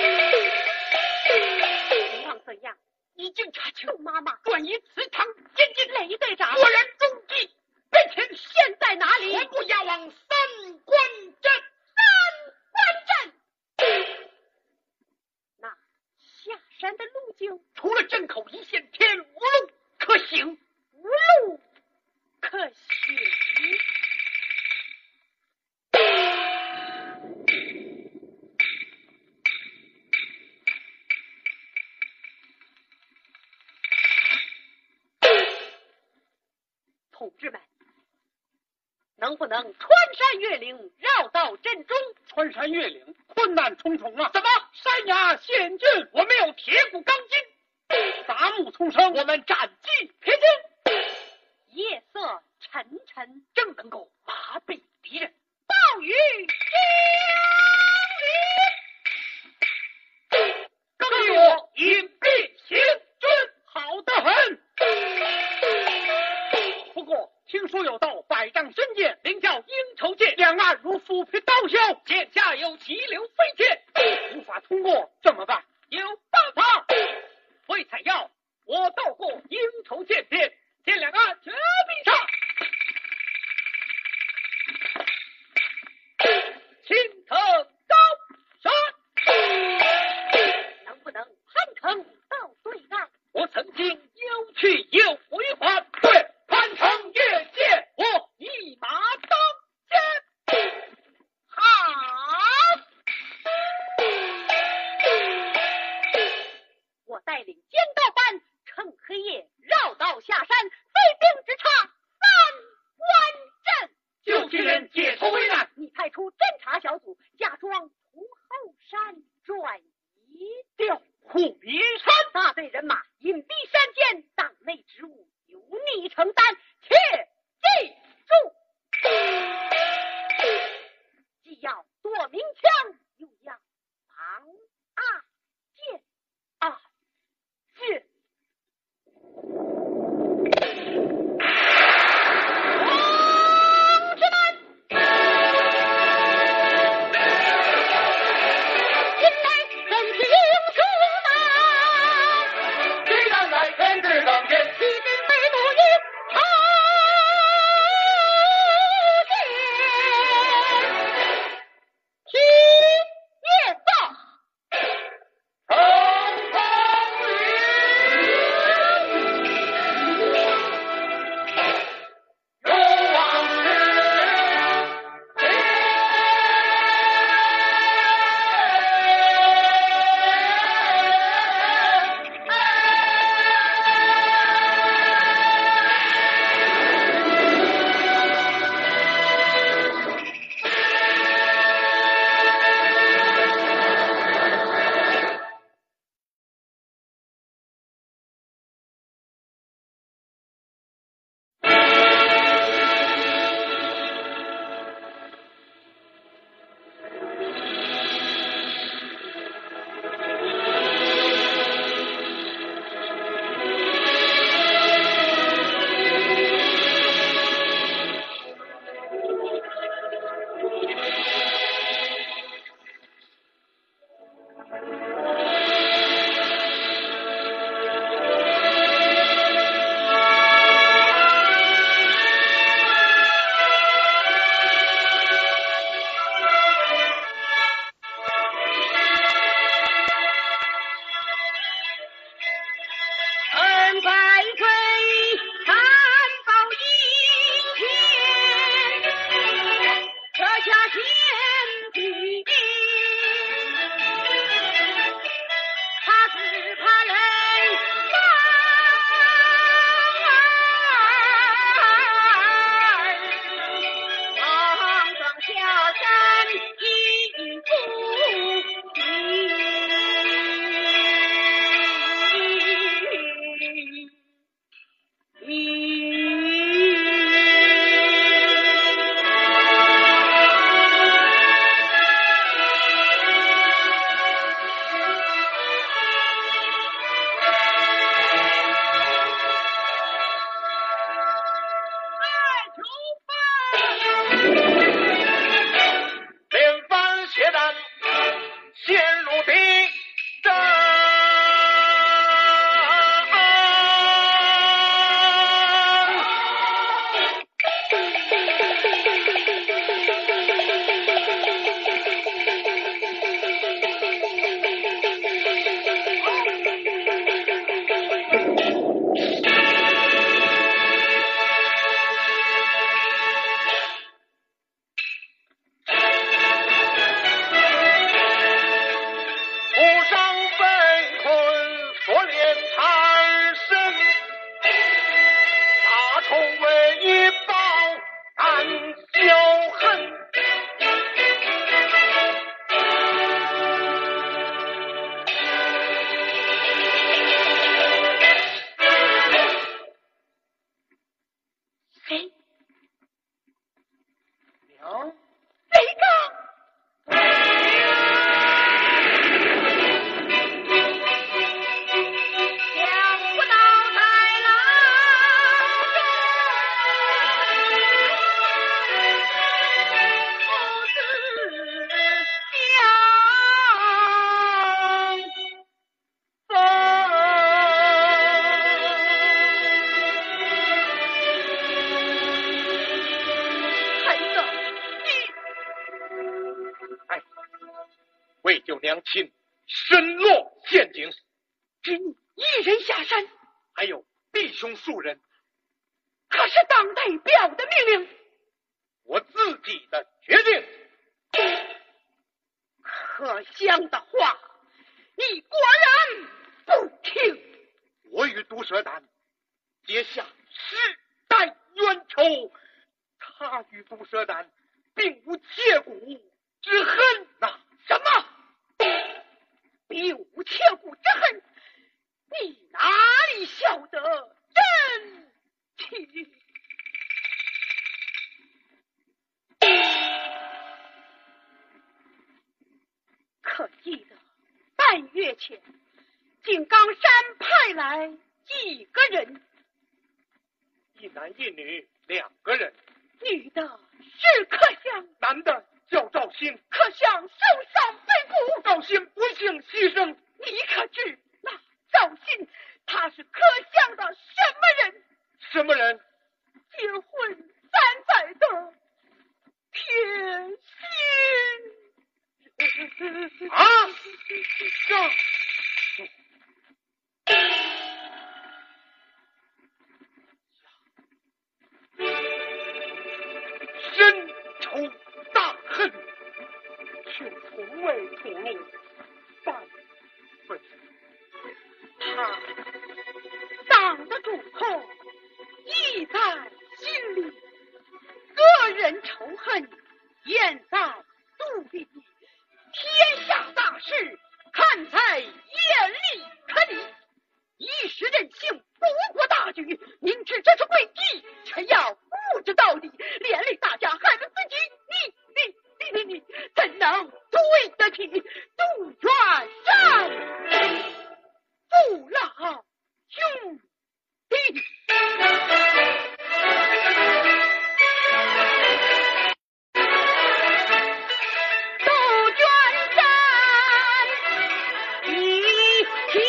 情况怎样？ 已经查清。 宋妈妈转移祠堂监禁。 雷队长， 果然中计。白天现在哪里？ 全部押往三关镇。 那下山的路径， 除了镇口一线天，无路可行。 无路可行。同志们，能不能穿山越岭，绕到镇中？ 穿山越岭，困难重重啊！怎么？山崖险峻，我们有铁骨钢筋，杂木丛生，我们斩击铁金。 夜色沉沉， 正能够麻痹敌人。 暴雨降临， 更与我隐蔽行军，好得很。不过听说有道百丈深涧，名叫鹰头涧，两岸如浮萍刀削，涧下有急流飞溅，无法通过，怎么办？有办法。为采药，我到过鹰头涧边，涧两岸绝壁上，青藤高山， 能不能攀藤到对岸？ 我曾经有带领尖刀班趁黑夜绕道下山，飞兵直插3关阵。 就这人解脱为难。 你派出侦察小组，假装从后山转移调虎鼻山， 大队人马隐蔽山间，党内职务由你承担，切记住。既要躲鸣枪，又要防箭箭。 为救娘亲，身落陷阱， 只你一人下山， 还有弟兄数人。 可是党代表的命令， 我自己的决定。 可香的话，你果然不听毒蛇胆，结下世代冤仇。他与毒蛇胆并无切骨之恨呐！ 什么？并无切骨之恨？你哪里晓得真情？可记得半月前，井冈山派来几个人？ 一男一女2个人。 女的是可香， 男的叫赵鑫。 可香受伤被捕， 赵鑫不幸牺牲。 你可知那赵鑫他是可香的什么人？ 什么人？ 结婚3载的天心。 啊！深仇大恨，却从未吐露半分。 他挡得住痛，记在心里，个人仇恨咽在肚里，天下大事看在眼里，可你一时任性，不顾大局，明知这是诡计，却要不知道底，连累大家，害了自己，你怎能对得起杜鹃山父老兄弟？杜鹃山一起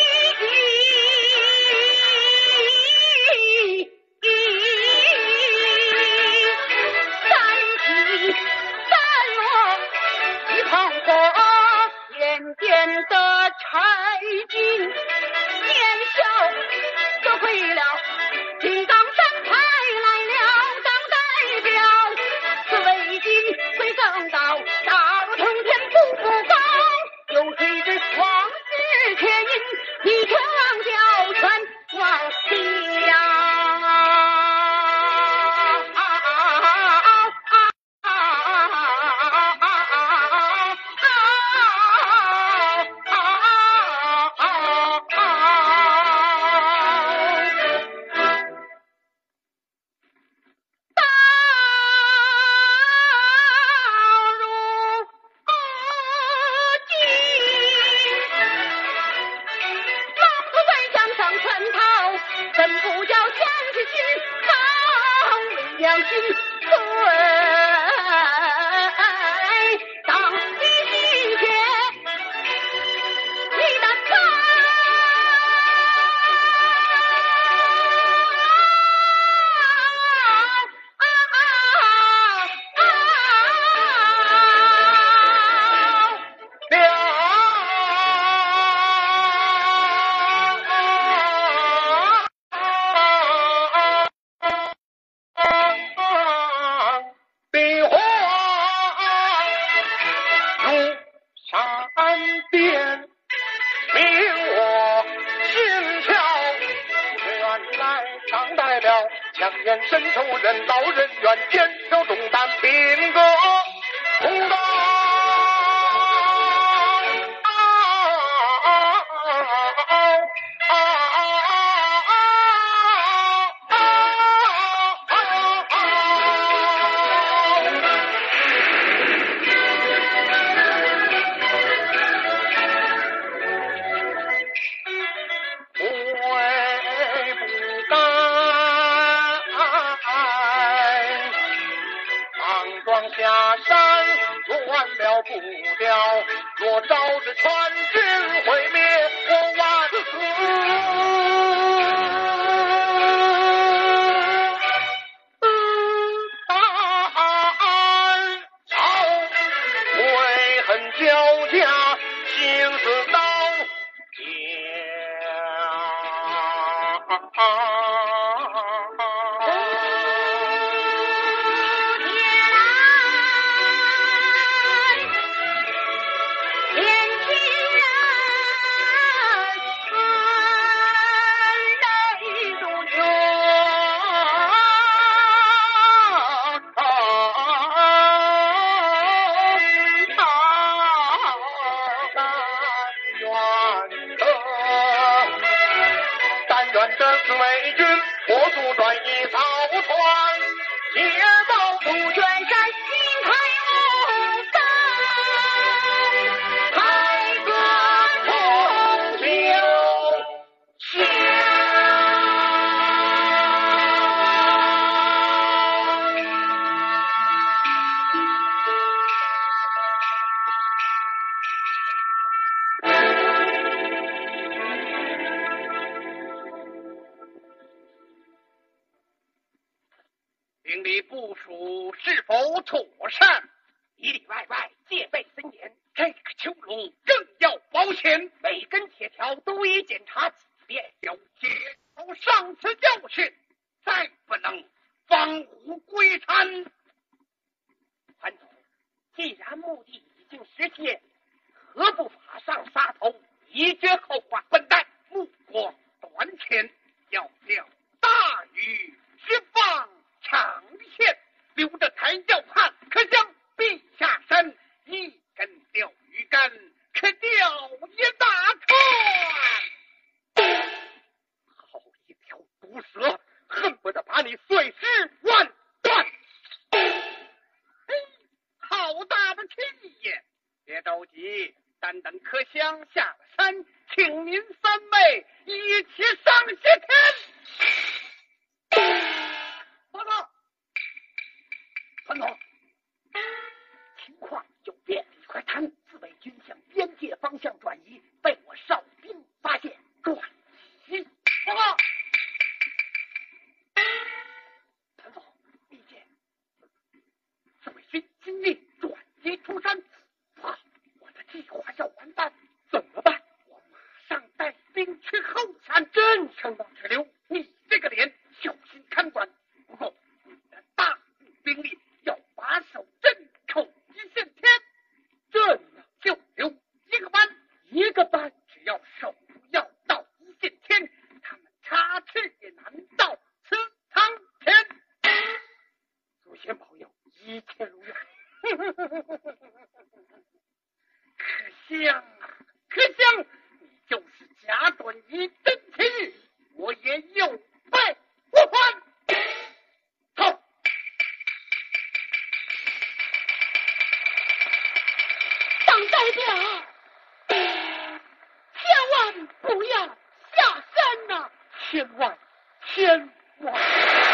间的柴进年少得亏了金刚山派来了当代表，此为今未曾到大如通天步步高，有谁知往事却因你却忘掉全忘掉。良心对，当你一切你难看。 强颜深仇人老人怨，坚守重担拼个公道。下山乱了步调，若招致全军毁灭，我万死悔恨交加，心思刀传着四位军，火速转移草船，接报杜鹃山心开无三， 太子同救下。 兵力部署是否妥善？ 里里外外戒备森严， 这个囚笼更要保险， 每根铁条都已检查几遍， 要接受上次教训，再不能放虎归山。 潘总，既然目的已经实现，何不法上杀头，以绝后患？ 笨蛋，目光短浅，要钓大鱼只放长线，留着抬轿汉，可将臂下身，一根钓鱼竿，可钓一大船。好一条毒蛇，恨不得把你碎尸万段。好大的气焰！别着急，但等柯香下了山，请您三位一起上西天。报告，团总， 情况有变，一块滩，自卫军向边界方向转移，被我哨兵发现，转移。 报告， 团总，意见。 自卫军今日转移出山，我的计划要完蛋，怎么办？我马上带兵去后山镇上的只留你这个连，小心看管。不过你的大部兵力要把守镇口一线天，这就留一个班，一个班只要守不要到一线天，他们插翅也难到祠堂前。祖先保佑，一切如愿。可香啊，可香，你就是假短一真气，我也有备无患。好， 当代表，千万不要下山呐！ 千万千万。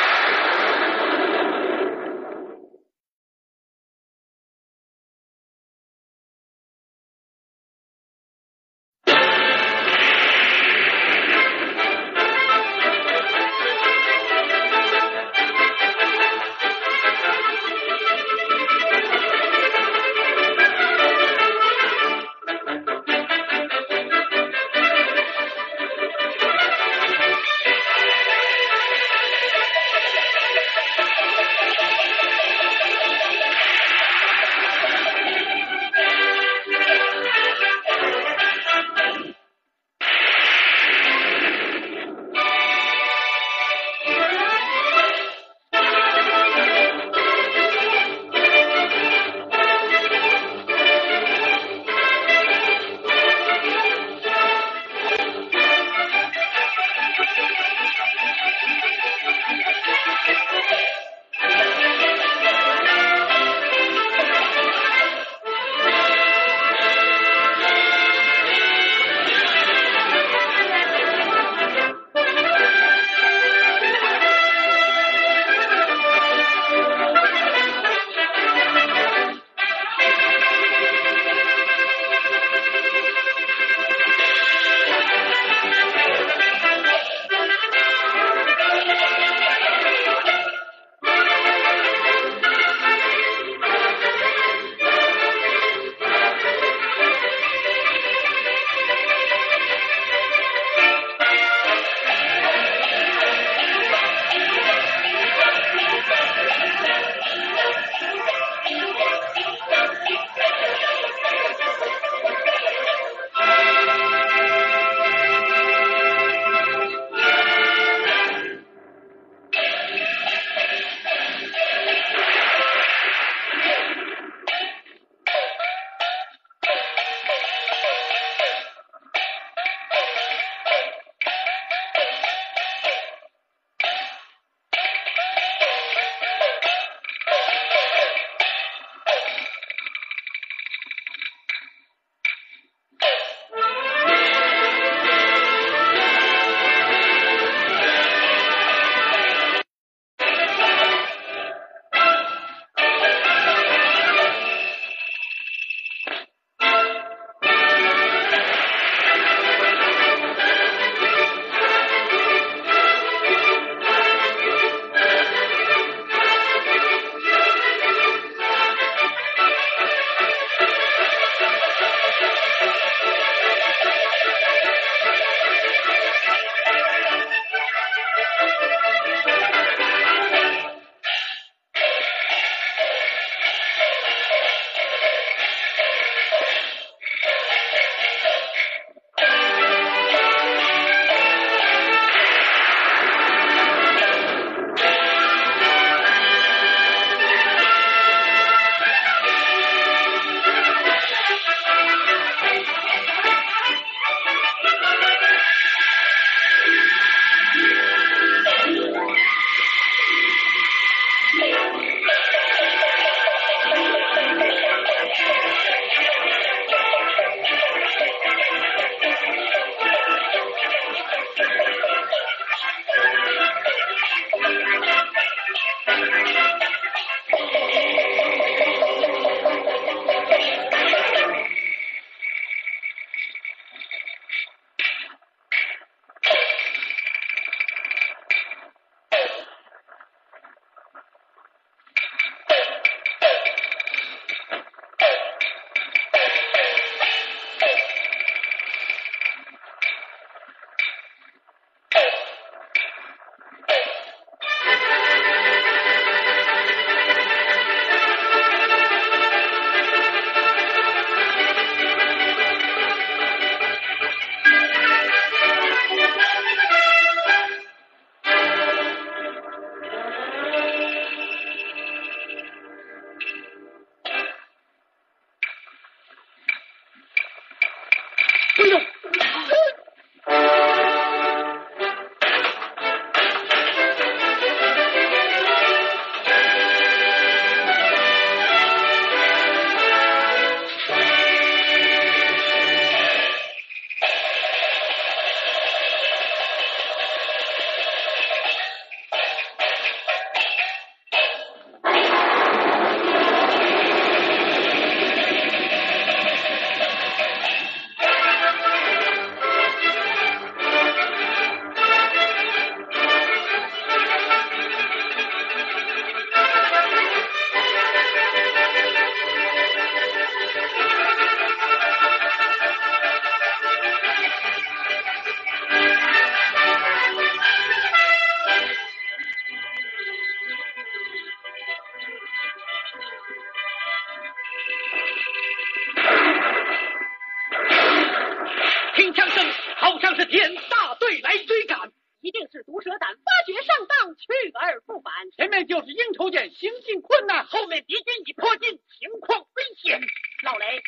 好像是天大队来追赶， 一定是毒蛇胆发觉上当，去而复返。 前面就是鹰头涧，行进困难， 后面敌军已迫近，情况危险。 老雷，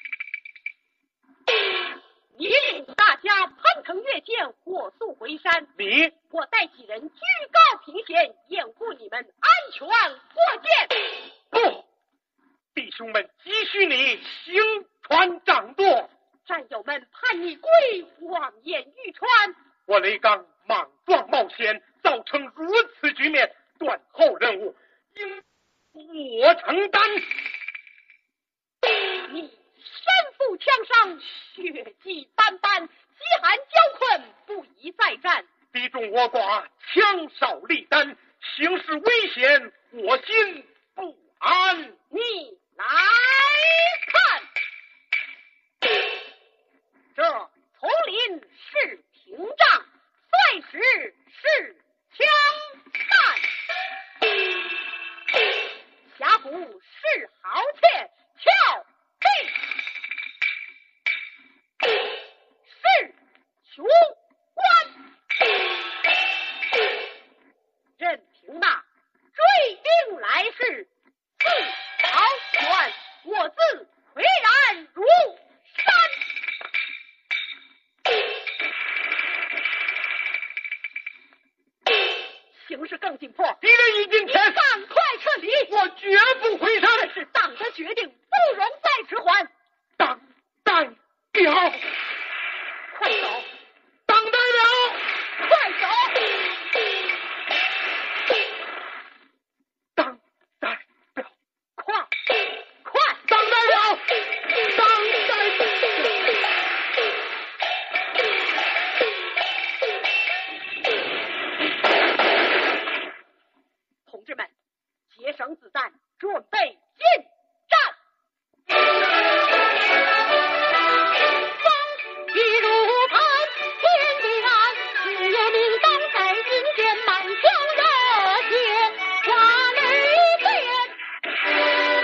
你领大家攀藤越涧，火速回山。我带几人居高平险，掩护你们安全过涧。 不，弟兄们急需你行船掌舵。 战友们盼你归，望眼欲穿。 我雷刚莽撞冒险，造成如此局面，断后任务应我承担。 你身负枪伤，血迹斑斑，饥寒交困，不宜再战。 敌众我寡，枪少力单，形势危险，我心不安。 你来看，这丛林是屏障，碎石是枪弹，峡谷是豪切，峭壁是雄关。任凭那追兵来势，自保全，我自岿然如山。形势更紧迫， 敌人已经前， 赶快撤离！ 我绝不回山。 这是党的决定，不容再迟缓。 党代表， 快走！ 党代表， 快走！ 党代表， 快！ 党代表，党代表。 同志们，结绳子弹，准备进战！风雨如磐，天地暗，只有明党在人间，满腔热血挂雷电。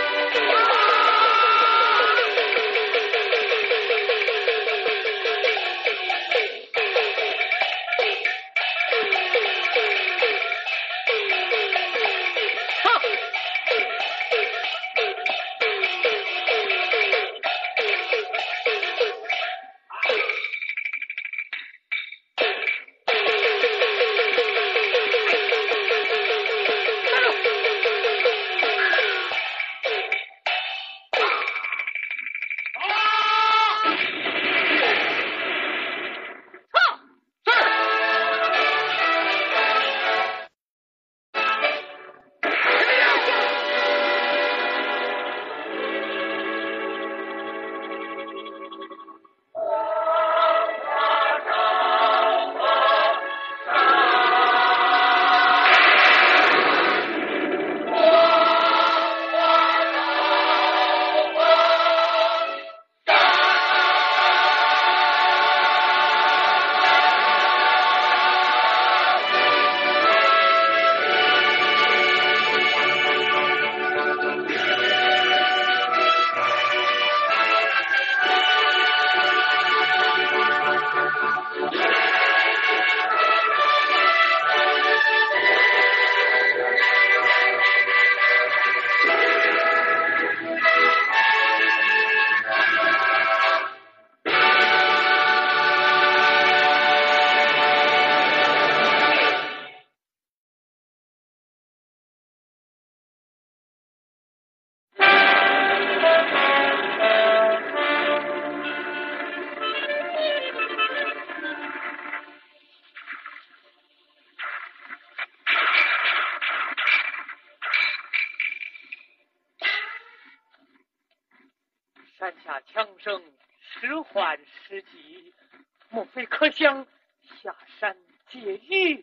山下枪声时缓时急，莫非可想下山解狱？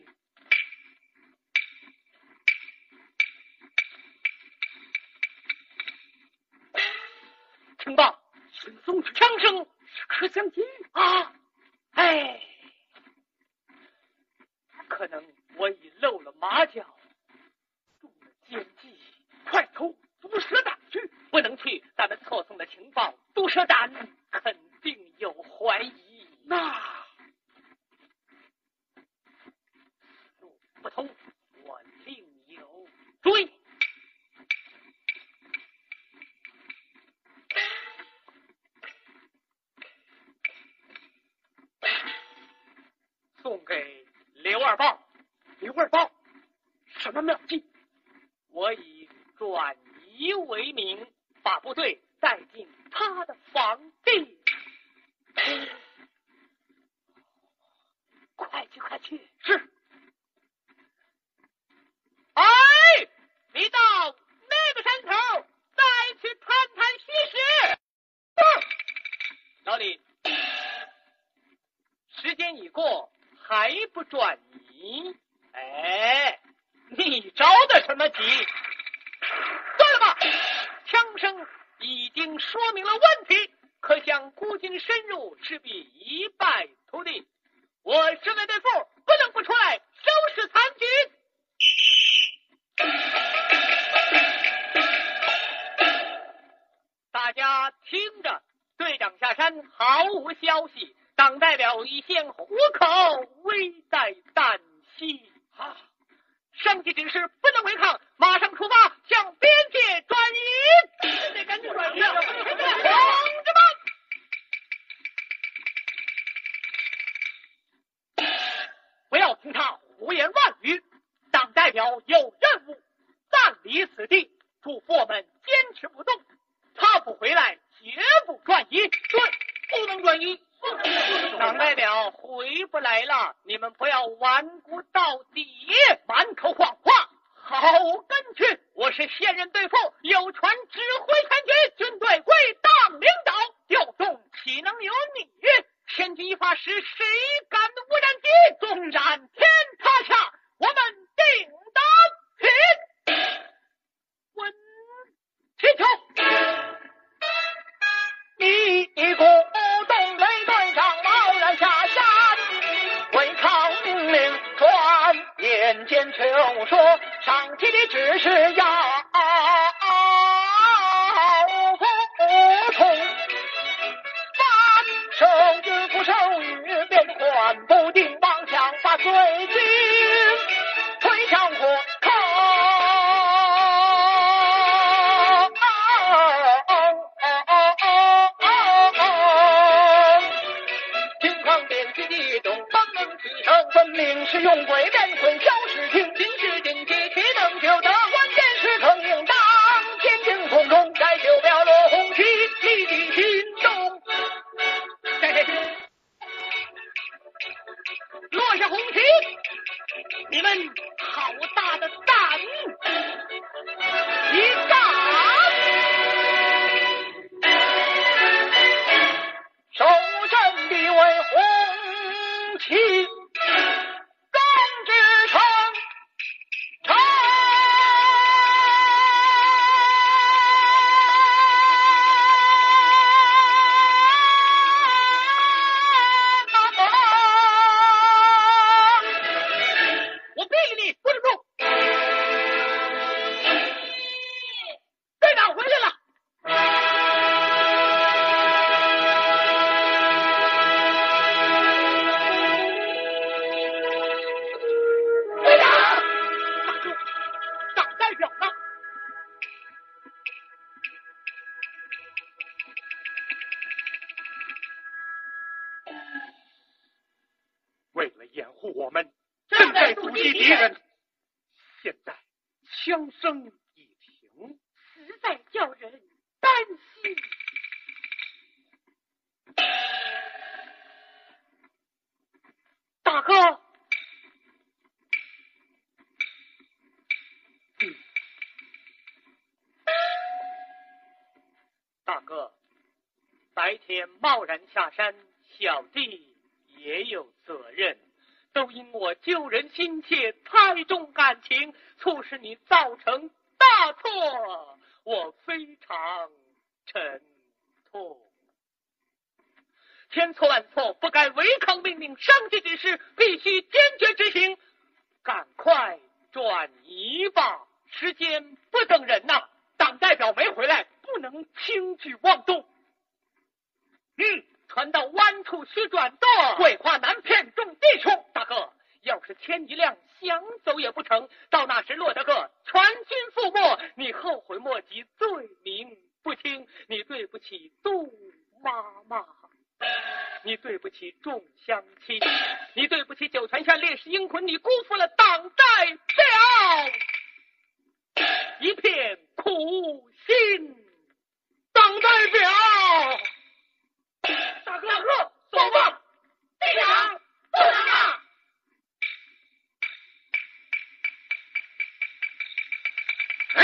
听报，孙松枪声是可想解狱啊！哎，可能我已露了马脚，中了奸计，快投毒蛇胆去！不能去，咱们错送的情报，毒蛇胆肯定有怀疑。那送给刘二豹。 刘二豹，什么妙计？ 我以转移为名，把部队带进他的房地。 快去快去！ 是。哎，你到那个山头再去探探虚实。老李，时间已过，还不转移？哎，你着的什么急？算了吧，枪声已经说明了问题，可想孤军深入，势必一败涂地。我身为对付，不能不出来收拾残局。大家听着，队长下山毫无消息，党代表已陷虎口，危在旦夕。上级指示不能违抗，马上出发向边界转移。得赶紧转移，同志们！不要听他胡言乱语，党代表有任务，暂离此地，嘱咐我们坚持不动，他不回来绝不转移。对，不能转移。党代表回不来了，你们不要顽固到底，满口谎话。好根据，我是现任队副，有权指挥全局，军队归党领导，调动岂能由你？千钧一发时，谁敢无战机？纵然天塌下，我们定当平。稳起头。 一鼓动雷队长贸然下山，违抗命令，转眼间却又说上级的指示要服从，反手与不手语，便缓步定方向，把水军推向火坑。分明是用鬼变鬼，小事情今时今气岂能救得？关键时刻应当坚定从容，该就不要落红旗，立即行动。 落下红旗，你们好大的胆！一干！ 守阵地为红旗。 为了掩护我们，正在阻击敌人。现在枪声已停， 实在叫人担心。 大哥，大哥，白天贸然下山，小弟也有责任，都因我救人心切，太重感情，促使你造成大错，我非常沉痛。千错万错，不该违抗命令，上级指示必须坚决执行，赶快转移吧，时间不等人呐！党代表没回来，不能轻举妄动。船到弯处须转舵，鬼话难骗众弟兄。大哥，要是天一亮，想走也不成，到那时落得个全军覆没，你后悔莫及，罪名不轻。你对不起杜妈妈，你对不起众乡亲，你对不起9 九泉下烈士英魂，你辜负了党代表一片苦心。党代表，大哥，走吧，队长，不能啊！哎。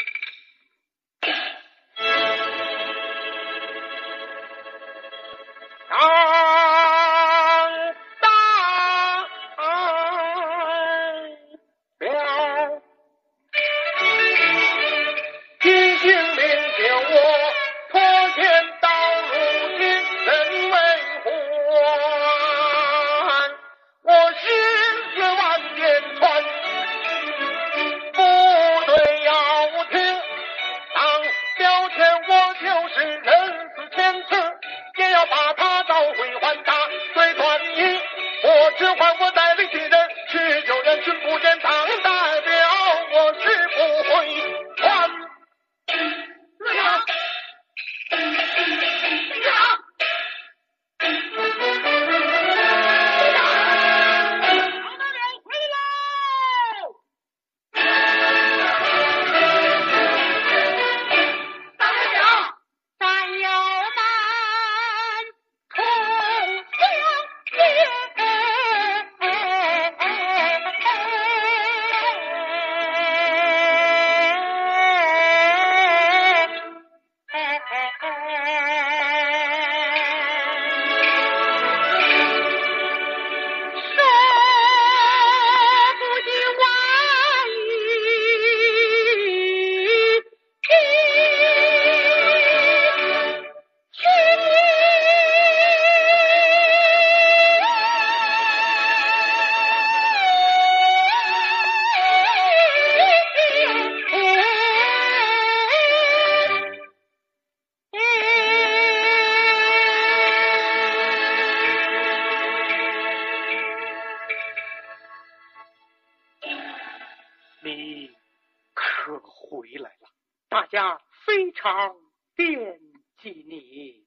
你可回来了，大家非常惦记你。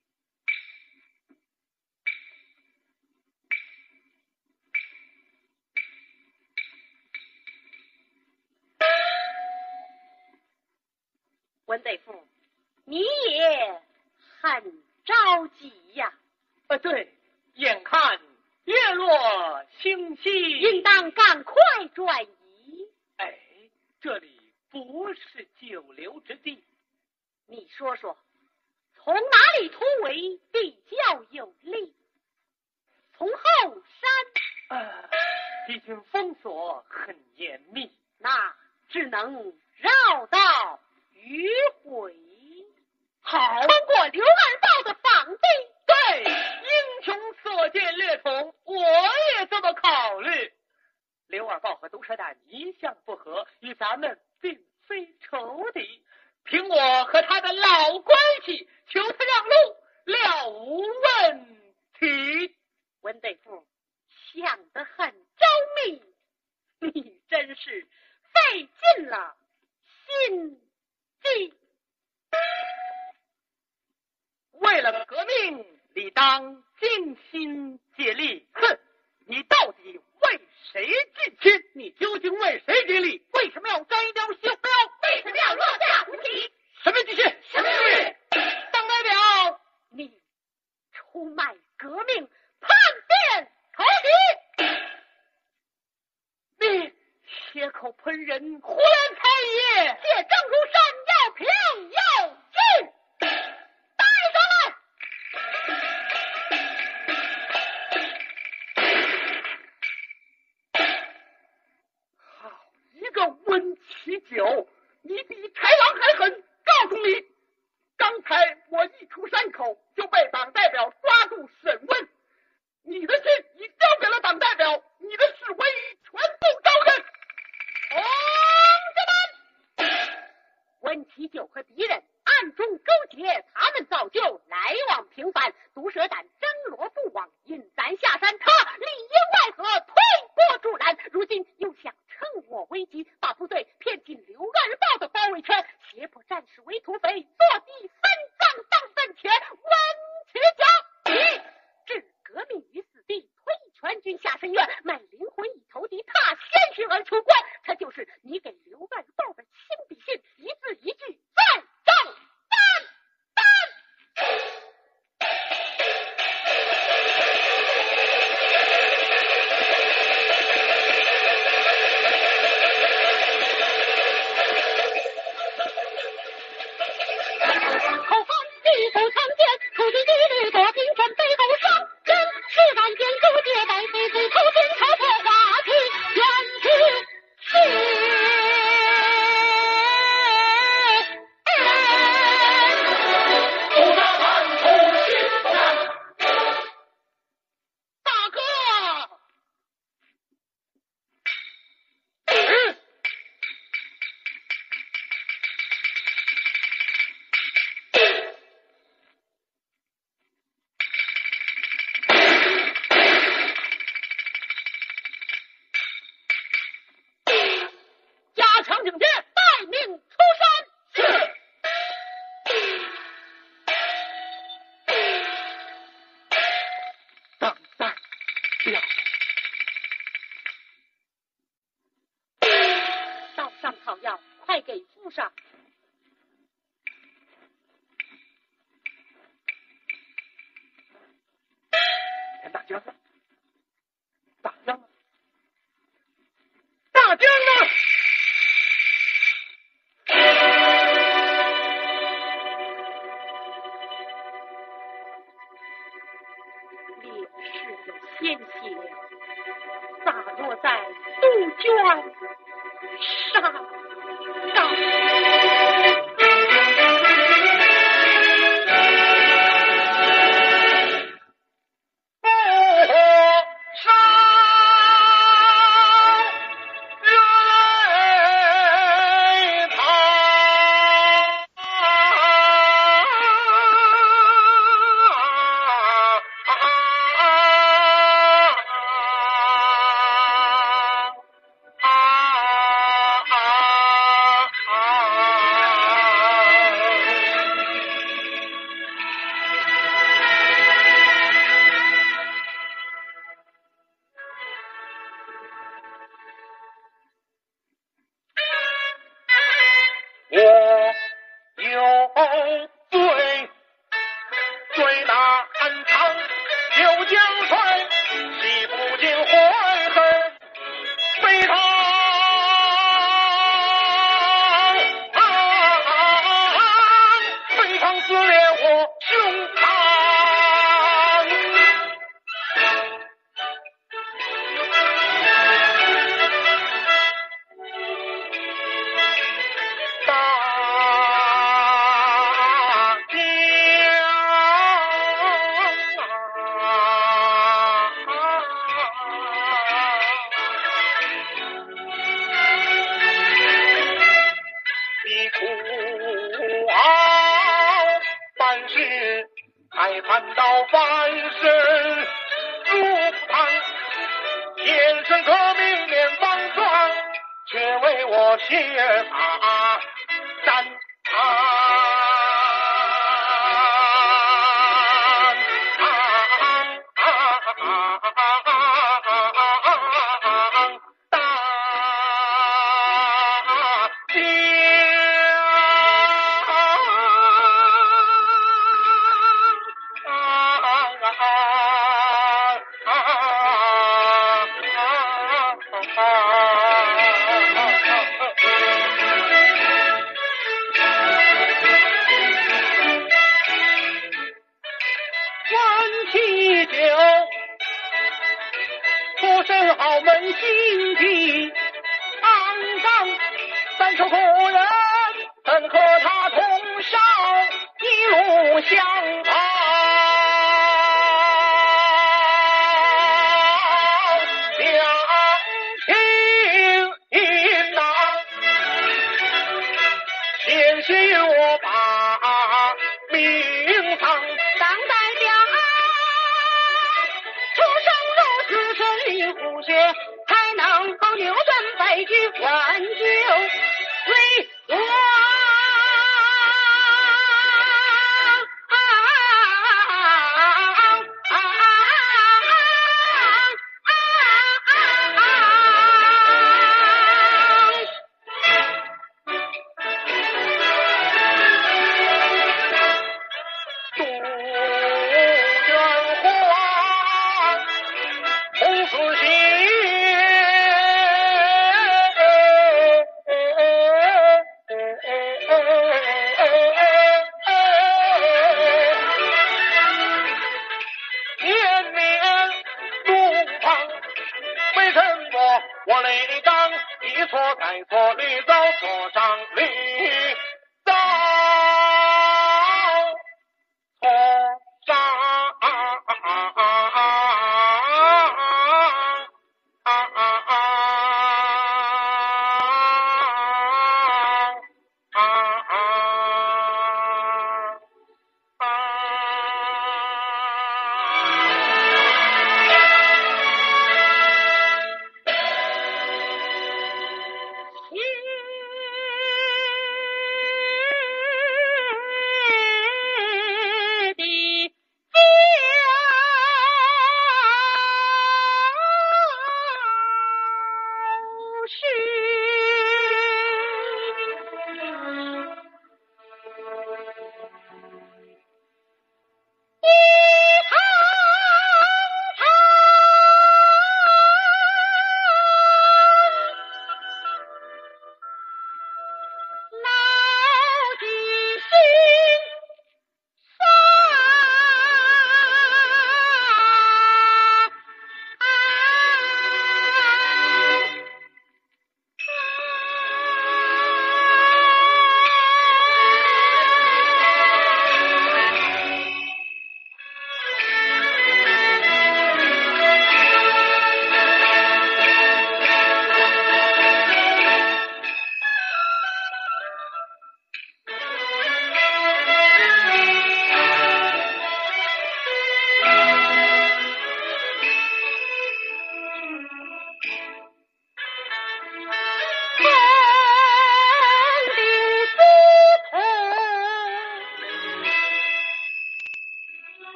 文大夫，你也很着急呀。 对，眼看月落星稀， 应当赶快转移。 这里不是久留之地。 你说说，从哪里突围比较有利？从后山？ 敌军封锁很严密， 那只能绕道迂回。 好， 通过刘二豹的防备。 对，英雄所见略同，我也这么考虑。刘二豹和毒蛇胆一向不和，与咱们并非仇敌。凭我和他的老关系，求他让路了无问题。 文大夫想得很周密，你真是费尽了心机。 为了革命，理当尽心竭力。哼，你到底为谁尽亲？你究竟为谁尽力？为什么要摘雕修标？ 为什么要落下无题？ 什么极限？ 什么意义？ 当代表， 你出卖革命，叛变投敌！ 你血口喷人，胡乱开野， 借正如山，要平要进。带上来！ 好一个温其九，你比豺狼还狠！告诉你，刚才我一出山口就被党代表抓住审问，你的信已交给了党代表，你的示威全部招认。 同志们，温其九和敌人暗中勾结，他们早就来往频繁，毒蛇胆张罗不往，引咱下山，他里应外合，推波助澜，如今又想趁我危机，把部队骗进刘二豹的包围圈，胁迫战士为土匪，坐地分赃当本钱。温其九，你置革命于死地，推全军下深渊，卖灵魂唐景杰待命出山。是。等待了。 道上草药，快给敷上。 田大江呢？大江呢？大江呢？ 烈士有鲜血洒落在杜鹃山岗。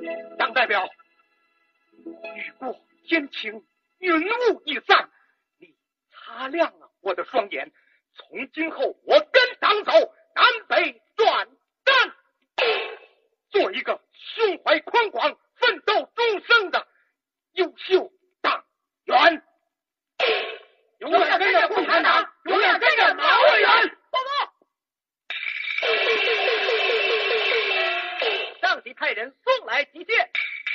党代表，雨过天晴，云雾已散，你擦亮了我的双眼。从今后，我跟党走，南北转战，做一个胸怀宽广、奋斗终生的优秀党员。永远跟着共产党，永远跟着毛委员。报告。上级派人送来急件。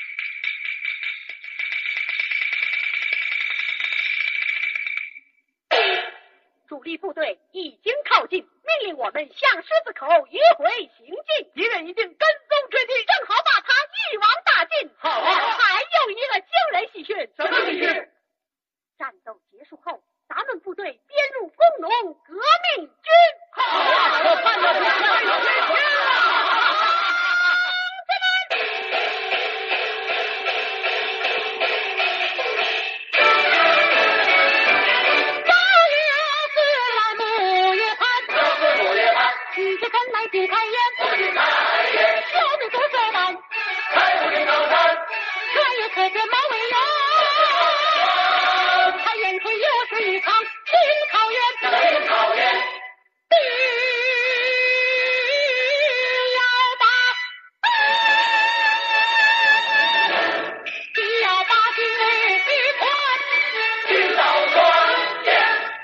主力部队已经靠近，命令我们向狮子口迂回行进。敌人已经跟踪追击，正好把他一网打尽。 好啊！ 还有一个惊人喜讯。 什么喜讯？ 战斗结束后，咱们部队编入工农革命军。 好啊！我看到你下有飞天了。 金开眼，小的多少万， 开不进高山， 可也可见马未央，他眼前又是一场新考验， 新考验， 必要把心里团， 心到团结。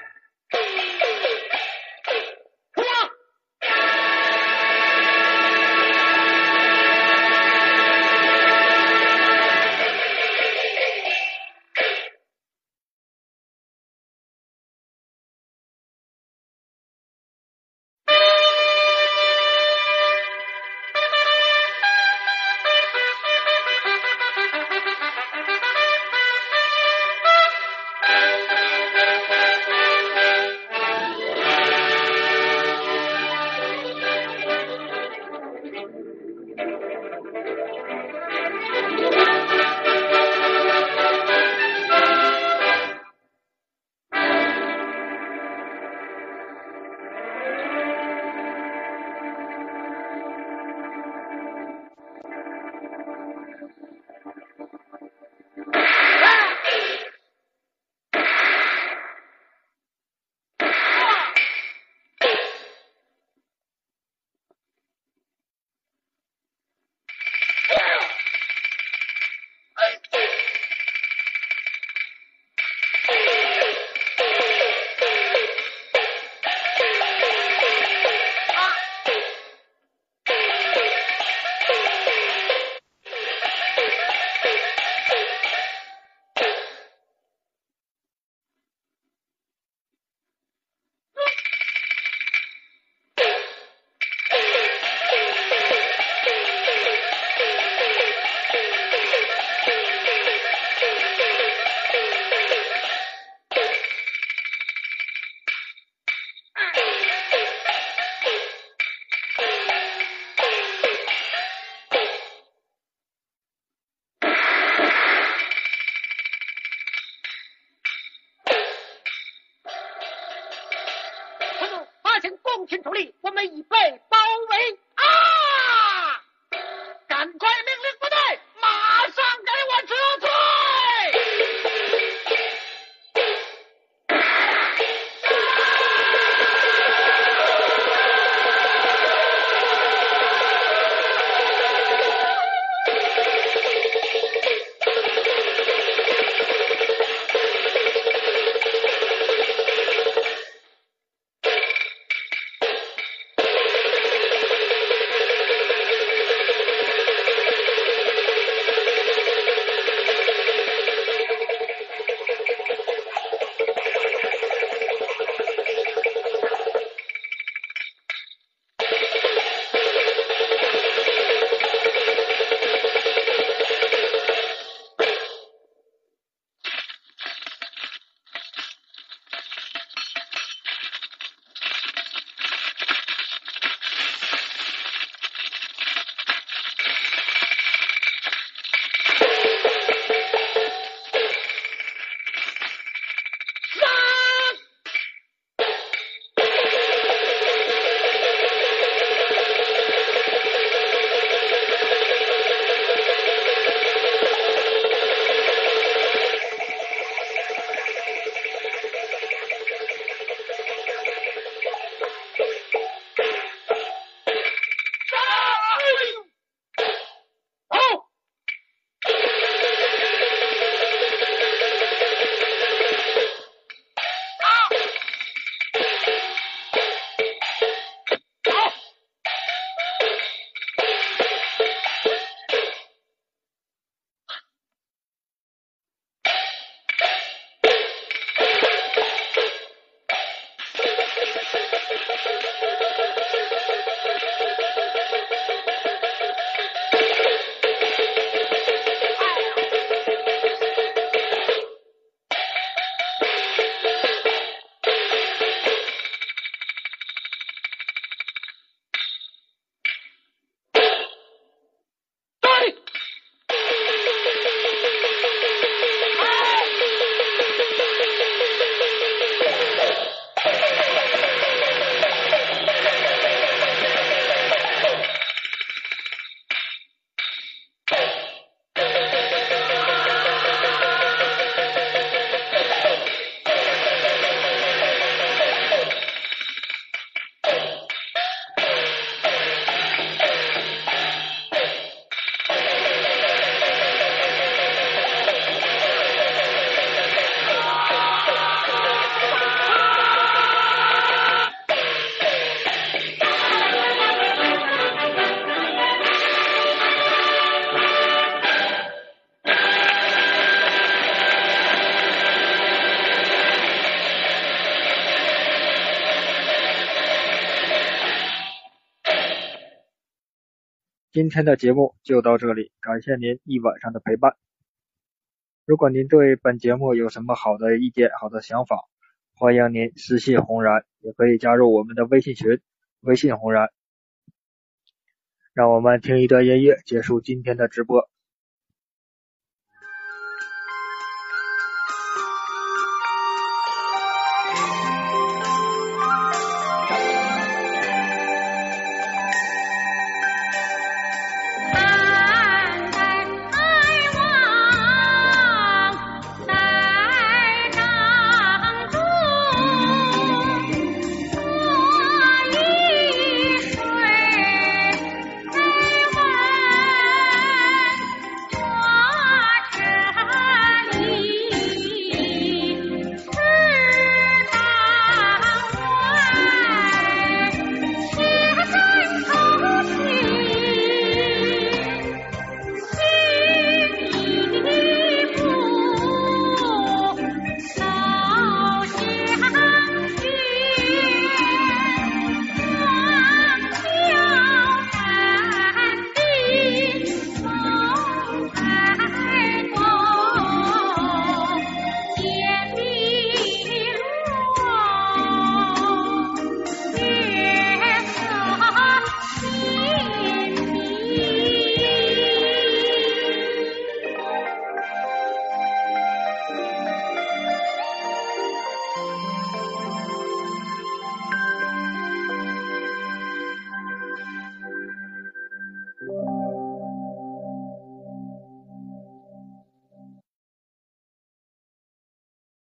共群主力，我们已被包围啊！赶快命令部队，马上给我撤退！ 今天的节目就到这里，感谢您一晚上的陪伴。如果您对本节目有什么好的意见、好的想法，欢迎您私信红然，也可以加入我们的微信群，微信红然。让我们听一段音乐结束今天的直播。